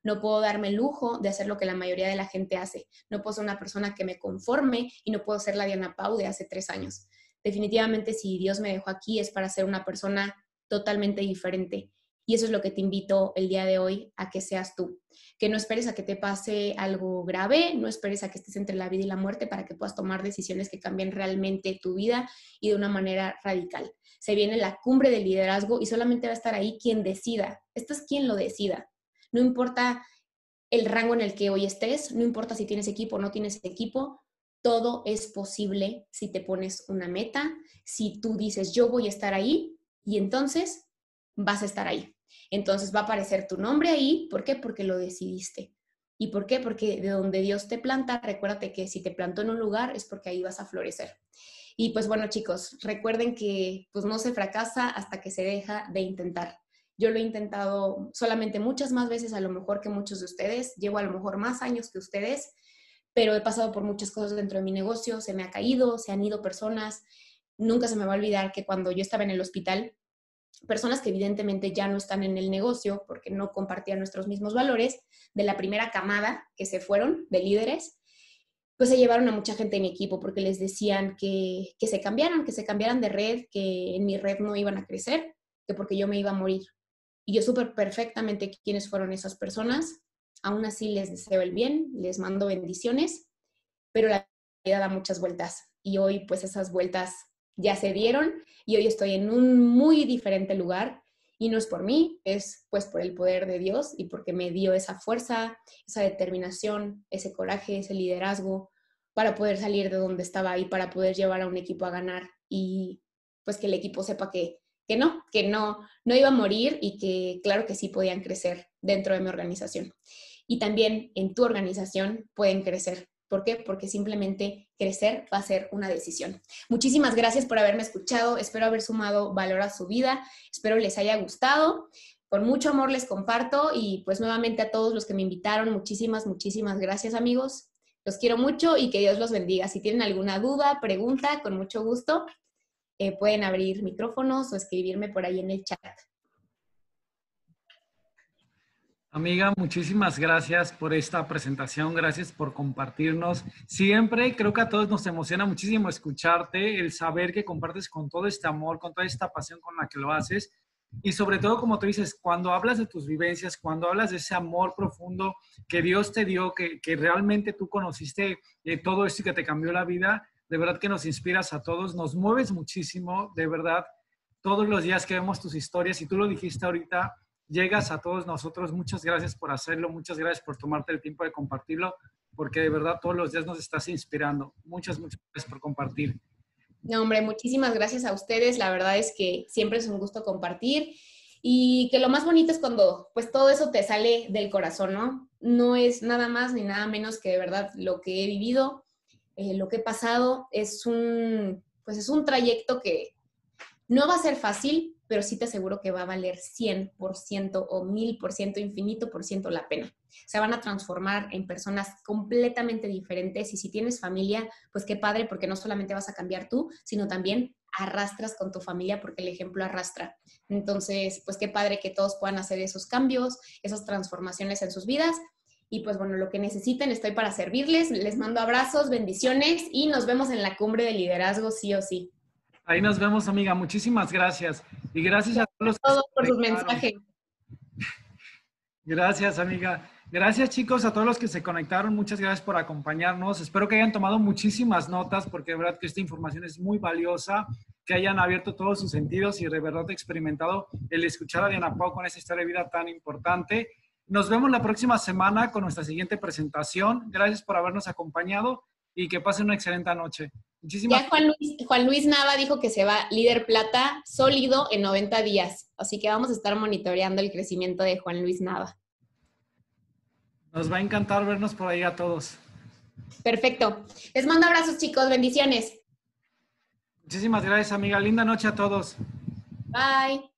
No puedo darme el lujo de hacer lo que la mayoría de la gente hace. No puedo ser una persona que me conforme y no puedo ser la Diana Pau de hace 3 años. Definitivamente, si Dios me dejó aquí es para ser una persona totalmente diferente. Y eso es lo que te invito el día de hoy a que seas tú. Que no esperes a que te pase algo grave, no esperes a que estés entre la vida y la muerte para que puedas tomar decisiones que cambien realmente tu vida y de una manera radical. Se viene la cumbre del liderazgo y solamente va a estar ahí quien decida. Esto es quien lo decida. No importa el rango en el que hoy estés, no importa si tienes equipo o no tienes equipo, todo es posible si te pones una meta, si tú dices yo voy a estar ahí y entonces vas a estar ahí. Entonces va a aparecer tu nombre ahí. ¿Por qué? Porque lo decidiste. ¿Y por qué? Porque de donde Dios te planta, recuérdate que si te plantó en un lugar es porque ahí vas a florecer. Y pues bueno, chicos, recuerden que pues no se fracasa hasta que se deja de intentar. Yo lo he intentado solamente muchas más veces a lo mejor que muchos de ustedes. Llevo a lo mejor más años que ustedes, pero he pasado por muchas cosas dentro de mi negocio. Se me ha caído, se han ido personas. Nunca se me va a olvidar que cuando yo estaba en el hospital, personas que evidentemente ya no están en el negocio porque no compartían nuestros mismos valores, de la primera camada que se fueron de líderes, pues se llevaron a mucha gente de mi equipo porque les decían que se cambiaran de red, que en mi red no iban a crecer, que porque yo me iba a morir. Y yo supe perfectamente quiénes fueron esas personas. Aún así les deseo el bien, les mando bendiciones, pero la vida da muchas vueltas. Y hoy pues esas vueltas ya se dieron y hoy estoy en un muy diferente lugar. Y no es por mí, es pues por el poder de Dios y porque me dio esa fuerza, esa determinación, ese coraje, ese liderazgo para poder salir de donde estaba y para poder llevar a un equipo a ganar y pues que el equipo sepa que no iba a morir y que claro que sí podían crecer dentro de mi organización. Y también en tu organización pueden crecer. ¿Por qué? Porque simplemente crecer va a ser una decisión. Muchísimas gracias por haberme escuchado. Espero haber sumado valor a su vida. Espero les haya gustado. Con mucho amor les comparto y pues nuevamente a todos los que me invitaron, muchísimas gracias, amigos. Los quiero mucho y que Dios los bendiga. Si tienen alguna duda, pregunta, con mucho gusto, pueden abrir micrófonos o escribirme por ahí en el chat.
Amiga, muchísimas gracias por esta presentación, gracias por compartirnos. Siempre creo que a todos nos emociona muchísimo escucharte, el saber que compartes con todo este amor, con toda esta pasión con la que lo haces. Y sobre todo, como tú dices, cuando hablas de tus vivencias, cuando hablas de ese amor profundo que Dios te dio, que realmente tú conociste todo esto y que te cambió la vida, de verdad que nos inspiras a todos, nos mueves muchísimo, de verdad, todos los días que vemos tus historias, y tú lo dijiste ahorita, llegas a todos nosotros. Muchas gracias por hacerlo, muchas gracias por tomarte el tiempo de compartirlo, porque de verdad todos los días nos estás inspirando. Muchas gracias por compartir.
No, hombre, muchísimas gracias a ustedes. La verdad es que siempre es un gusto compartir y que lo más bonito es cuando pues todo eso te sale del corazón, ¿no? No es nada más ni nada menos que de verdad lo que he vivido, lo que he pasado. Es un trayecto que no va a ser fácil, pero sí te aseguro que va a valer 100% o 1000%, infinito por ciento la pena. Se van a transformar en personas completamente diferentes y si tienes familia, pues qué padre, porque no solamente vas a cambiar tú, sino también arrastras con tu familia porque el ejemplo arrastra. Entonces, pues qué padre que todos puedan hacer esos cambios, esas transformaciones en sus vidas. Y pues bueno, lo que necesiten, estoy para servirles. Les mando abrazos, bendiciones y nos vemos en la cumbre de liderazgo sí o sí.
Ahí nos vemos, amiga. Muchísimas gracias. Y gracias a todos los que
todos por sus mensajes.
Gracias, amiga. Gracias, chicos, a todos los que se conectaron. Muchas gracias por acompañarnos. Espero que hayan tomado muchísimas notas porque de verdad que esta información es muy valiosa, que hayan abierto todos sus sentidos y de verdad experimentado el escuchar a Diana Pau con esa historia de vida tan importante. Nos vemos la próxima semana con nuestra siguiente presentación. Gracias por habernos acompañado y que pasen una excelente noche.
Ya Juan Luis Nava dijo que se va líder plata sólido en 90 días. Así que vamos a estar monitoreando el crecimiento de Juan Luis Nava.
Nos va a encantar vernos por ahí a todos.
Perfecto. Les mando abrazos, chicos. Bendiciones.
Muchísimas gracias, amiga. Linda noche a todos.
Bye.